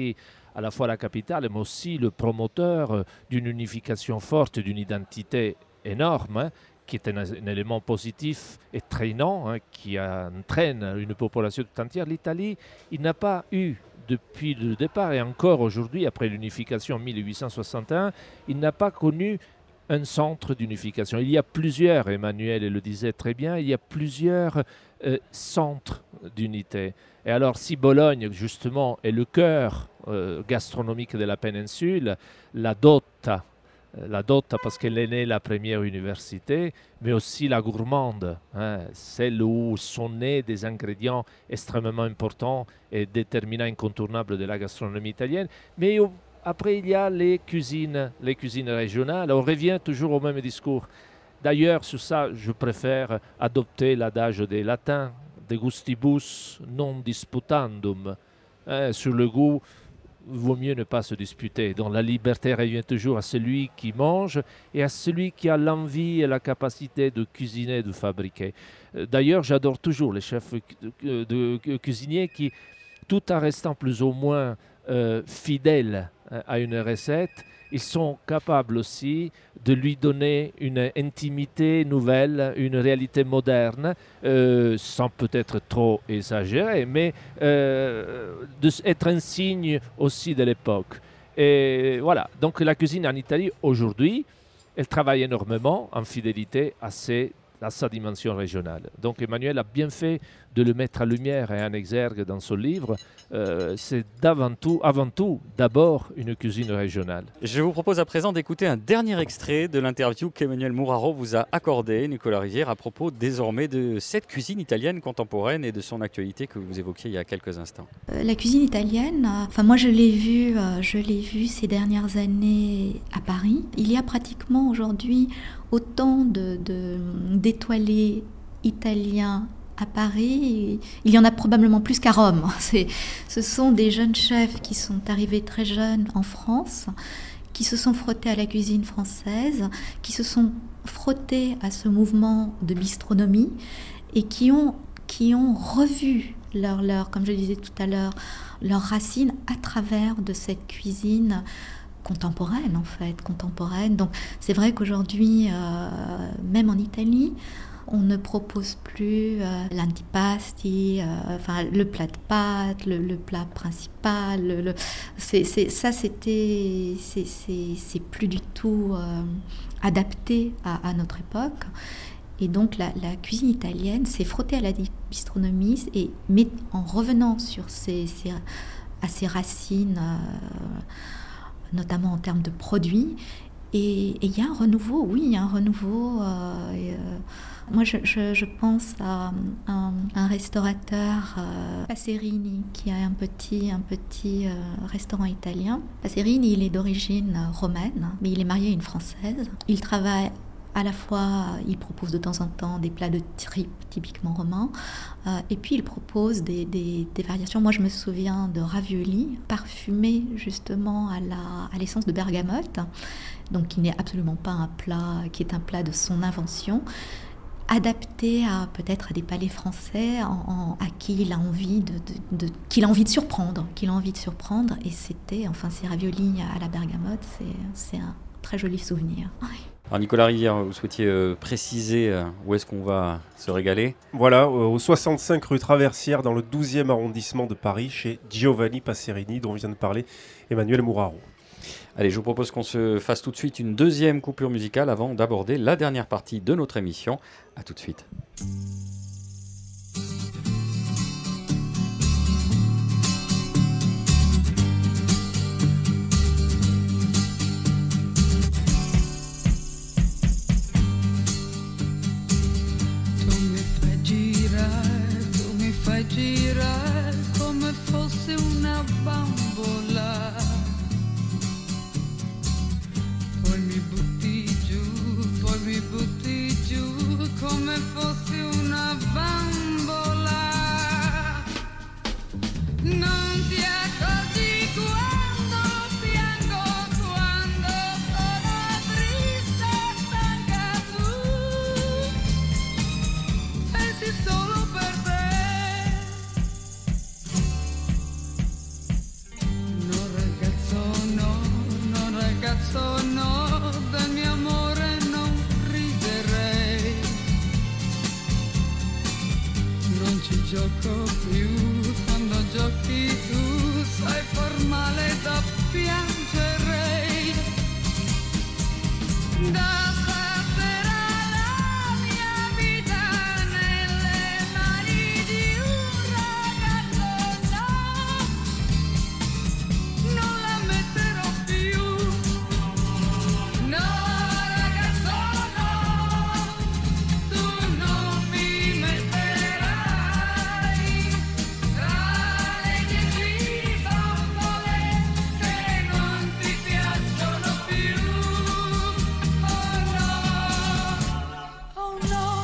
à la fois la capitale, mais aussi le promoteur d'une unification forte, d'une identité énorme, hein, qui est un élément positif et traînant, hein, qui entraîne une population tout entière. L'Italie, il n'a pas eu, depuis le départ et encore aujourd'hui, après l'unification en 1861, il n'a pas connu un centre d'unification. Il y a plusieurs, Emmanuel le disait très bien, il y a plusieurs centres d'unité. Et alors, si Bologne, justement, est le cœur gastronomique de la péninsule, la Dotta parce qu'elle est née la première université, mais aussi la gourmande, hein, celle où sont nés des ingrédients extrêmement importants et déterminants, incontournables de la gastronomie italienne. Mais après, il y a les cuisines régionales. On revient toujours au même discours. D'ailleurs, sur ça, je préfère adopter l'adage des latins, de gustibus non disputandum. Hein, sur le goût, il vaut mieux ne pas se disputer. Donc la liberté revient toujours à celui qui mange et à celui qui a l'envie et la capacité de cuisiner, de fabriquer. D'ailleurs, j'adore toujours les chefs cuisiniers qui, tout en restant plus ou moins fidèles à une recette, ils sont capables aussi de lui donner une intimité nouvelle, une réalité moderne, sans peut-être trop exagérer, mais d'être un signe aussi de l'époque. Et voilà, donc la cuisine en Italie aujourd'hui, elle travaille énormément en fidélité à sa dimension régionale. Donc Emmanuel a bien fait de le mettre en lumière et en exergue dans son livre. C'est avant tout, d'abord une cuisine régionale. Je vous propose à présent d'écouter un dernier extrait de l'interview qu'Emmanuel Mouraro vous a accordé, Nicolas Rivière, à propos désormais de cette cuisine italienne contemporaine et de son actualité que vous évoquiez il y a quelques instants. La cuisine italienne, moi je l'ai vue ces dernières années à Paris. Il y a pratiquement aujourd'hui autant d'étoilés italiens à Paris, il y en a probablement plus qu'à Rome. Ce sont des jeunes chefs qui sont arrivés très jeunes en France, qui se sont frottés à la cuisine française, qui se sont frottés à ce mouvement de bistronomie et qui ont revu comme je disais tout à l'heure, leurs racines à travers de cette cuisine contemporaine en fait, contemporaine. Donc c'est vrai qu'aujourd'hui, même en Italie, on ne propose plus l'antipasti, le plat de pâtes, le plat principal. C'est plus du tout adapté à notre époque. Et donc la cuisine italienne s'est frottée à la bistronomie mais en revenant sur à ses racines, notamment en termes de produits. Et il y a un renouveau, oui, il y a un renouveau. Moi, je pense à un restaurateur, Passerini, qui a un petit restaurant italien. Passerini, il est d'origine romaine, mais il est marié à une Française. Il travaille à la fois, il propose de temps en temps des plats de tripes typiquement romains, et puis il propose des variations. Moi, je me souviens de ravioli parfumés justement à l'essence de bergamote, donc qui n'est absolument pas un plat, qui est un plat de son invention, adapté peut-être à des palais français, à qui il a envie qu'il a envie de surprendre, et c'était, ces raviolis à la bergamote, c'est un très joli souvenir. Alors Nicolas Rivière, vous souhaitiez préciser où est-ce qu'on va se régaler ? Voilà, au 65 rue Traversière, dans le 12e arrondissement de Paris, chez Giovanni Passerini, dont vient de parler Emmanuel Mouraro. Allez, je vous propose qu'on se fasse tout de suite une deuxième coupure musicale avant d'aborder la dernière partie de notre émission. A tout de suite. Girare come fosse una bambola, poi mi butti giù come fosse una bambola. Non ti accorgi quando piango, quando sono triste, stanca tu, pensi solo per te. gioco più quando giochi tu, sai far male da piangerei. Da stasera la mia vita nelle mani di un ragazzo, no, non la metterò più. No, ragazzo, no, tu non mi metterai tra le 10 bambole che non ti piacciono più. Oh no,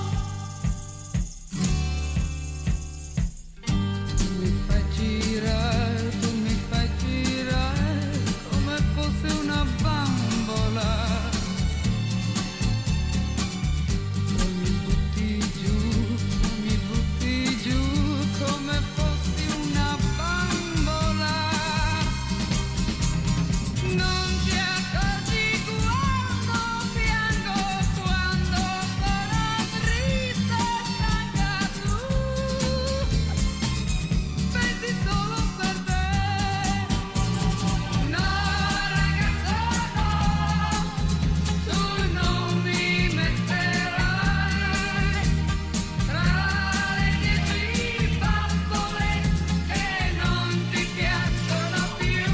tu mi fai girare come fosse una bambola. Poi mi butti giù come fossi una bambola. Non ti accorgi quando piango, quando sono triste e stanca tu. Pensi solo per te. No, ragazzo, no, tu non mi metterai tra le 10 bambole che non ti piacciono più.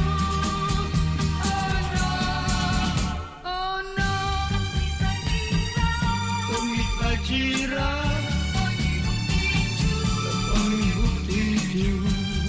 Oh no, tu mi fai girare, poi mi butti giù.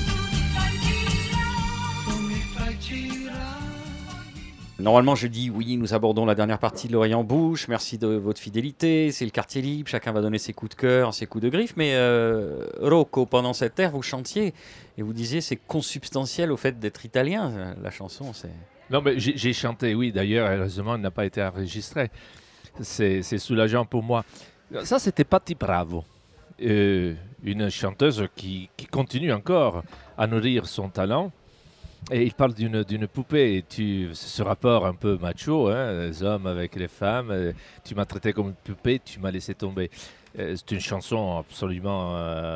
Normalement, je dis oui, nous abordons la dernière partie de l'Oreille en bouche. Merci de votre fidélité. C'est le quartier libre. Chacun va donner ses coups de cœur, ses coups de griffe. Mais Rocco, pendant cette ère, vous chantiez et vous disiez c'est consubstantiel au fait d'être italien. La chanson, c'est. Non, mais j'ai chanté, oui. D'ailleurs, heureusement, elle n'a pas été enregistrée. C'est soulageant pour moi. Ça, c'était Patti Bravo, une chanteuse qui continue encore à nourrir son talent. Et il parle d'une poupée, et ce rapport un peu macho, hein, les hommes avec les femmes, tu m'as traité comme une poupée, tu m'as laissé tomber. C'est une chanson absolument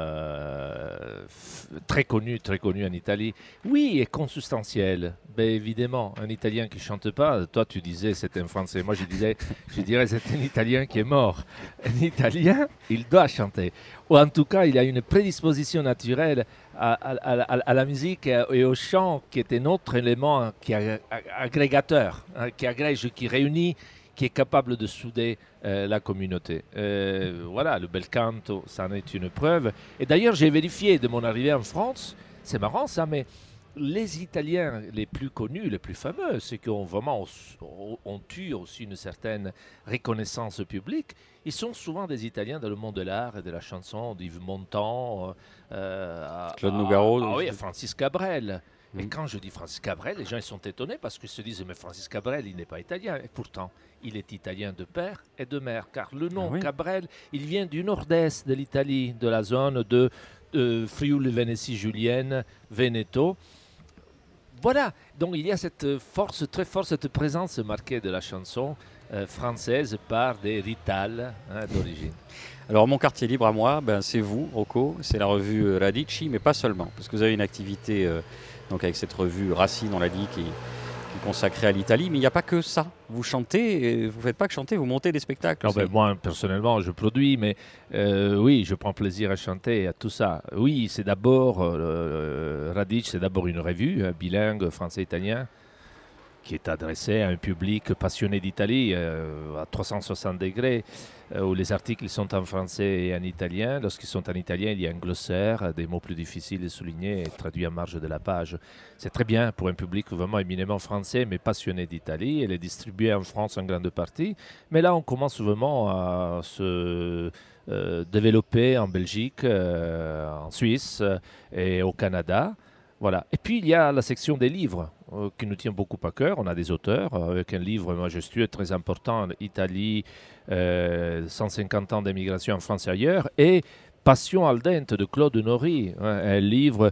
très connue en Italie. Oui, et consubstantielle. Ben évidemment, un Italien qui chante pas, toi tu disais c'est un Français, moi je dirais c'est un Italien qui est mort. Un Italien, il doit chanter. Ou en tout cas, il a une prédisposition naturelle à la musique et au chant, qui est un autre élément qui est agrégateur, hein, qui agrège, qui réunit, qui est capable de souder la communauté. Voilà, le bel canto, ça en est une preuve. Et d'ailleurs, j'ai vérifié de mon arrivée en France, c'est marrant ça, mais les Italiens les plus connus, les plus fameux, ceux qui ont vraiment eu aussi une certaine reconnaissance publique, ils sont souvent des Italiens dans le monde de l'art et de la chanson, d'Yves Montand, Claude Nougaro. Ah oui, Francis Cabrel. Et quand je dis Francis Cabrel, les gens ils sont étonnés parce qu'ils se disent mais Francis Cabrel, il n'est pas italien. Et pourtant, il est italien de père et de mère, car le nom Cabrel, il vient du nord-est de l'Italie, de la zone de Friuli-Venezia Giulienne, Veneto. Voilà, donc il y a cette force, très forte, cette présence marquée de la chanson française par des Rital d'origine. Alors mon quartier libre à moi, c'est vous, Rocco, c'est la revue Radici, mais pas seulement, parce que vous avez une activité donc avec cette revue Racine, on l'a dit, qui est consacrée à l'Italie, mais il n'y a pas que ça. Vous chantez, et vous ne faites pas que chanter, vous montez des spectacles. Non, moi, personnellement, je produis, mais oui, je prends plaisir à chanter, à tout ça. Oui, c'est d'abord, Radici, c'est d'abord une revue bilingue français-italien, qui est adressée à un public passionné d'Italie à 360 degrés, où les articles sont en français et en italien. Lorsqu'ils sont en italien, il y a un glossaire, des mots plus difficiles à souligner et traduits en marge de la page. C'est très bien pour un public vraiment éminemment français, mais passionné d'Italie. Elle est distribuée en France en grande partie. Mais là, on commence vraiment à se développer en Belgique, en Suisse et au Canada. Voilà. Et puis, il y a la section des livres qui nous tient beaucoup à cœur. On a des auteurs avec un livre majestueux, très important, Italie, 150 ans d'émigration en France et ailleurs, et Passion al dente de Claude Nori. Elle livre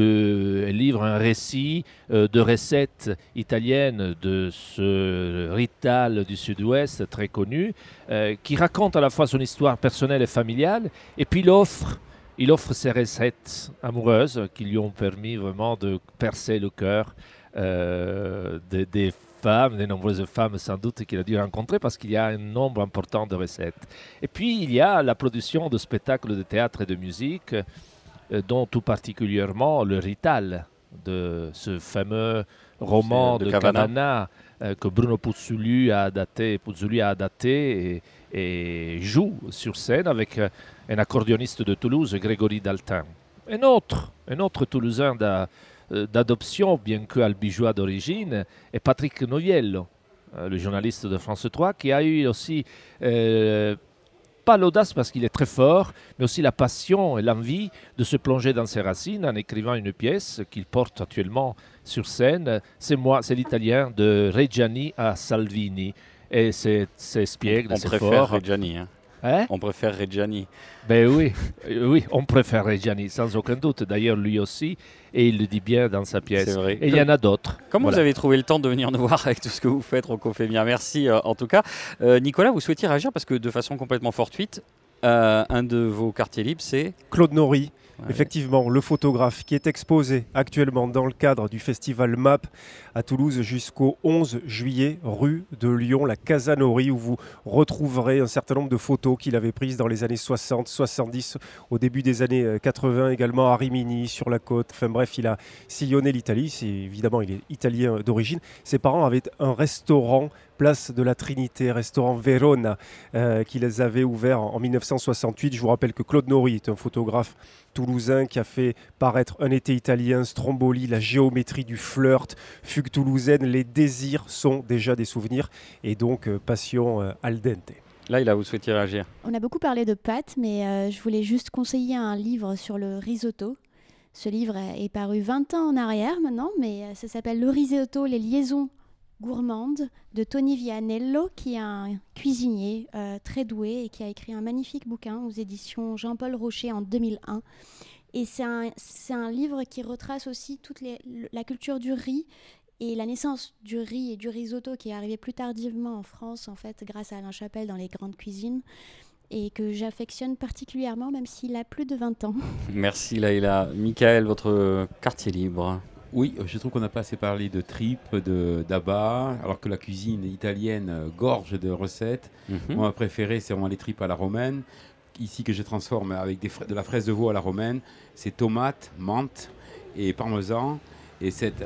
un récit de recettes italiennes de ce Rital du Sud-Ouest très connu, qui raconte à la fois son histoire personnelle et familiale, et puis l'offre il offre ses recettes amoureuses qui lui ont permis vraiment de percer le cœur des femmes, des nombreuses femmes sans doute qu'il a dû rencontrer parce qu'il y a un nombre important de recettes. Et puis il y a la production de spectacles de théâtre et de musique, dont tout particulièrement le Rital, de ce fameux roman de Cavana que Bruno Puzzoli a adapté et joue sur scène avec un accordéoniste de Toulouse, Grégory Daltin. Un autre Toulousain d'adoption, bien que albigeois d'origine, est Patrick Noyello, le journaliste de France 3, qui a eu aussi, pas l'audace parce qu'il est très fort, mais aussi la passion et l'envie de se plonger dans ses racines en écrivant une pièce qu'il porte actuellement sur scène. C'est l'italien de Reggiani à Salvini. Et c'est espiègle, c'est fort. On préfère Reggiani. On préfère Reggiani. Ben oui, on préfère Reggiani, sans aucun doute. D'ailleurs, lui aussi, et il le dit bien dans sa pièce. C'est vrai. Et il y en a d'autres. Comment vous avez trouvé le temps de venir nous voir avec tout ce que vous faites, Rocco Femia? Merci en tout cas. Nicolas, vous souhaitiez réagir parce que de façon complètement fortuite, un de vos quartiers libres, c'est Claude Nory. Ouais. Effectivement, le photographe qui est exposé actuellement dans le cadre du festival MAP à Toulouse jusqu'au 11 juillet, rue de Lyon, la Casa Nory, où vous retrouverez un certain nombre de photos qu'il avait prises dans les années 60, 70, au début des années 80 également à Rimini, sur la côte. Enfin bref, il a sillonné l'Italie. Évidemment, il est italien d'origine. Ses parents avaient un restaurant place de la Trinité, restaurant Verona, qu'ils avaient ouvert en 1968. Je vous rappelle que Claude Nory est un photographe toulousain qui a fait paraître Un été italien, Stromboli, La géométrie du flirt, Fugue toulousaine. Les désirs sont déjà des souvenirs et donc passion al dente. Là, vous souhaitiez réagir. On a beaucoup parlé de pâtes, mais je voulais juste conseiller un livre sur le risotto. Ce livre est paru 20 ans en arrière maintenant, mais ça s'appelle Le risotto, les liaisons gourmandes de Tony Vianello, qui est un cuisinier très doué et qui a écrit un magnifique bouquin aux éditions Jean-Paul Rocher en 2001. Et c'est un livre qui retrace aussi toute la culture du riz et la naissance du riz et du risotto qui est arrivé plus tardivement en France, en fait, grâce à Alain Chapelle dans les grandes cuisines, et que j'affectionne particulièrement, même s'il a plus de 20 ans. Merci Laïla. Michael, votre quartier libre. Oui, je trouve qu'on n'a pas assez parlé de tripes, d'abats, alors que la cuisine italienne gorge de recettes. Moi, ma préférée, c'est vraiment les tripes à la romaine. Ici, que je transforme avec de la fraise de veau à la romaine, c'est tomates, menthe et parmesan. Et cette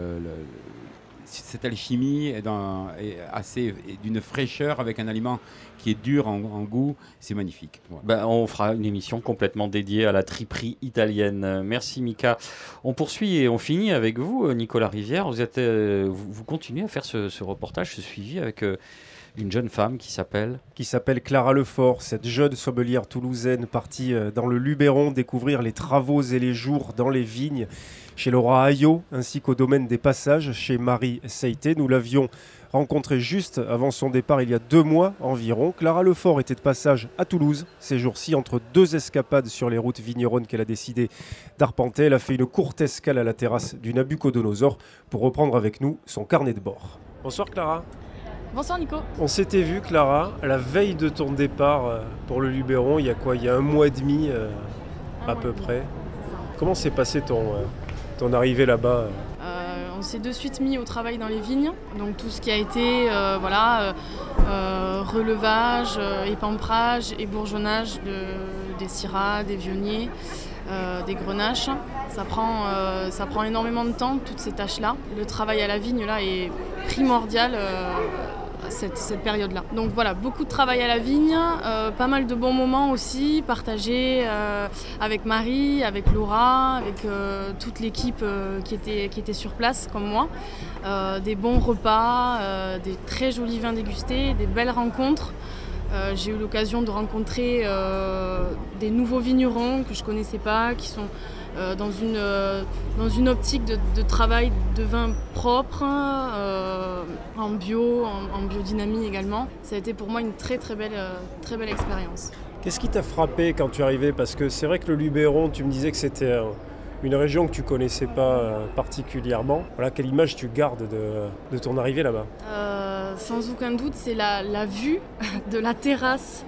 alchimie est d'une fraîcheur avec un aliment qui est dur en goût, c'est magnifique. Voilà. On fera une émission complètement dédiée à la triperie italienne. Merci Mika. On poursuit et on finit avec vous, Nicolas Rivière. Vous continuez à faire ce reportage, ce suivi avec une jeune femme qui s'appelle Clara Lefort, cette jeune sommelière toulousaine partie dans le Luberon découvrir les travaux et les jours dans les vignes chez Laura Ayot, ainsi qu'au domaine des passages chez Marie Seité. Nous l'avions rencontrée juste avant son départ il y a 2 mois environ. Clara Lefort était de passage à Toulouse ces jours-ci entre 2 escapades sur les routes vigneronnes qu'elle a décidé d'arpenter. Elle a fait une courte escale à la terrasse du Nabucodonosor pour reprendre avec nous son carnet de bord. Bonsoir Clara. Bonsoir Nico. On s'était vu Clara à la veille de ton départ pour le Luberon, il y a 1 mois et demi à peu près. Comment s'est passé ton arrivée là-bas? On s'est de suite mis au travail dans les vignes, donc tout ce qui a été relevage, épamprage, ébourgeonnage des syrahs, des vionniers, des grenaches. Ça prend énormément de temps, toutes ces tâches-là. Le travail à la vigne là est primordial cette période-là. Donc voilà, beaucoup de travail à la vigne, pas mal de bons moments aussi, partagés avec Marie, avec Laura, avec toute l'équipe qui était sur place comme moi. Des bons repas, des très jolis vins dégustés, des belles rencontres. J'ai eu l'occasion de rencontrer des nouveaux vignerons que je ne connaissais pas, qui sont dans une optique de travail de vin propre, en bio, en biodynamie également. Ça a été pour moi une très belle expérience. Qu'est-ce qui t'a frappé quand tu es arrivé? Parce que c'est vrai que le Luberon, tu me disais que c'était une région que tu ne connaissais pas particulièrement. Voilà, quelle image tu gardes de ton arrivée là-bas? Sans aucun doute, c'est la vue de la terrasse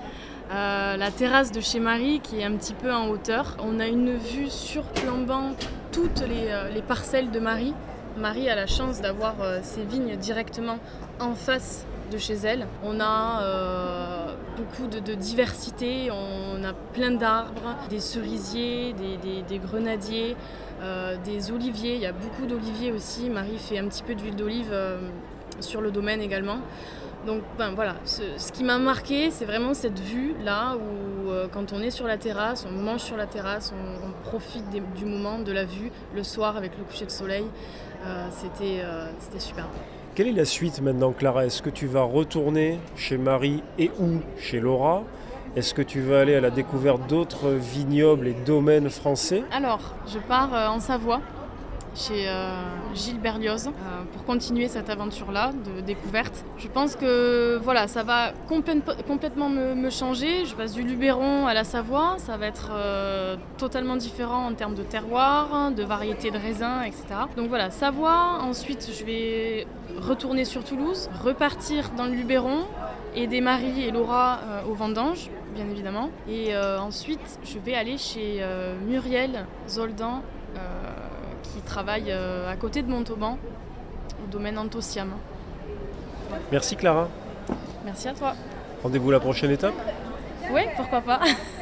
La terrasse de chez Marie qui est un petit peu en hauteur. On a une vue surplombant toutes les parcelles de Marie. Marie a la chance d'avoir ses vignes directement en face de chez elle. On a beaucoup de diversité, on a plein d'arbres, des cerisiers, des grenadiers, des oliviers. Il y a beaucoup d'oliviers aussi. Marie fait un petit peu d'huile d'olive sur le domaine également. Donc voilà, ce qui m'a marqué, c'est vraiment cette vue-là où quand on est sur la terrasse, on mange sur la terrasse, on profite du moment, de la vue, le soir avec le coucher de soleil. C'était super. Quelle est la suite maintenant, Clara? Est-ce que tu vas retourner chez Marie et ou chez Laura? Est-ce que tu vas aller à la découverte d'autres vignobles et domaines français? Alors, je pars en Savoie, chez Gilles Berlioz, pour continuer cette aventure-là de découverte. Je pense que voilà, ça va complètement me changer. Je passe du Luberon à la Savoie, ça va être totalement différent en termes de terroir, de variété de raisins, etc. Donc voilà, Savoie, ensuite je vais retourner sur Toulouse, repartir dans le Luberon, aider Marie et Laura aux vendanges, bien évidemment. Et ensuite, je vais aller chez Muriel Zoldan, qui travaille à côté de Montauban, au domaine Antociam. Merci Clara. Merci à toi. Rendez-vous à la prochaine étape? Oui, pourquoi pas.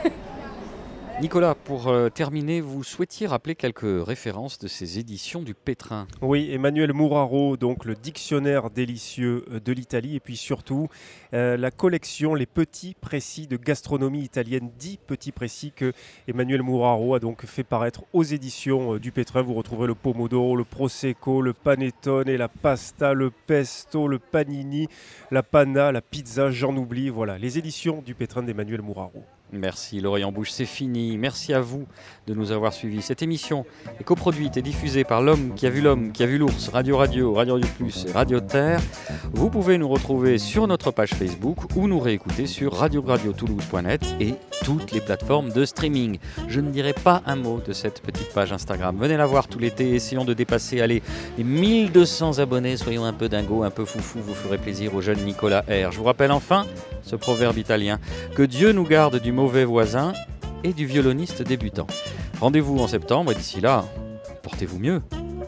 Nicolas, pour terminer, vous souhaitiez rappeler quelques références de ces éditions du Pétrin. Oui, Emmanuel Muraro, donc le dictionnaire délicieux de l'Italie, et puis surtout la collection Les Petits Précis de gastronomie italienne, 10 petits précis que Emmanuel Muraro a donc fait paraître aux éditions du Pétrin. Vous retrouverez le pomodoro, le prosecco, le panettone, la pasta, le pesto, le panini, la panna, la pizza, j'en oublie. Voilà, les éditions du Pétrin d'Emmanuel Muraro. Merci, l'oreille en bouche, c'est fini. Merci à vous de nous avoir suivis. Cette émission est coproduite et diffusée par l'homme qui a vu l'ours, Radio Radio Plus et Radio Terre. Vous pouvez nous retrouver sur notre page Facebook ou nous réécouter sur radioradio-toulouse.net et toutes les plateformes de streaming. Je ne dirai pas un mot de cette petite page Instagram. Venez la voir tout l'été, essayons de dépasser les 1200 abonnés. Soyons un peu dingos, un peu foufou, vous ferez plaisir au jeune Nicolas R. Je vous rappelle enfin ce proverbe italien: que Dieu nous garde du mauvais voisin et du violoniste débutant. Rendez-vous en septembre et d'ici là, portez-vous mieux.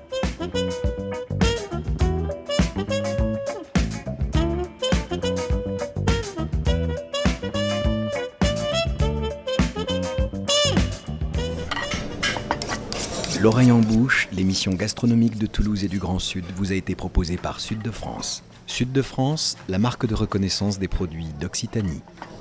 L'oreille en bouche, l'émission gastronomique de Toulouse et du Grand Sud vous a été proposée par Sud de France. Sud de France, la marque de reconnaissance des produits d'Occitanie.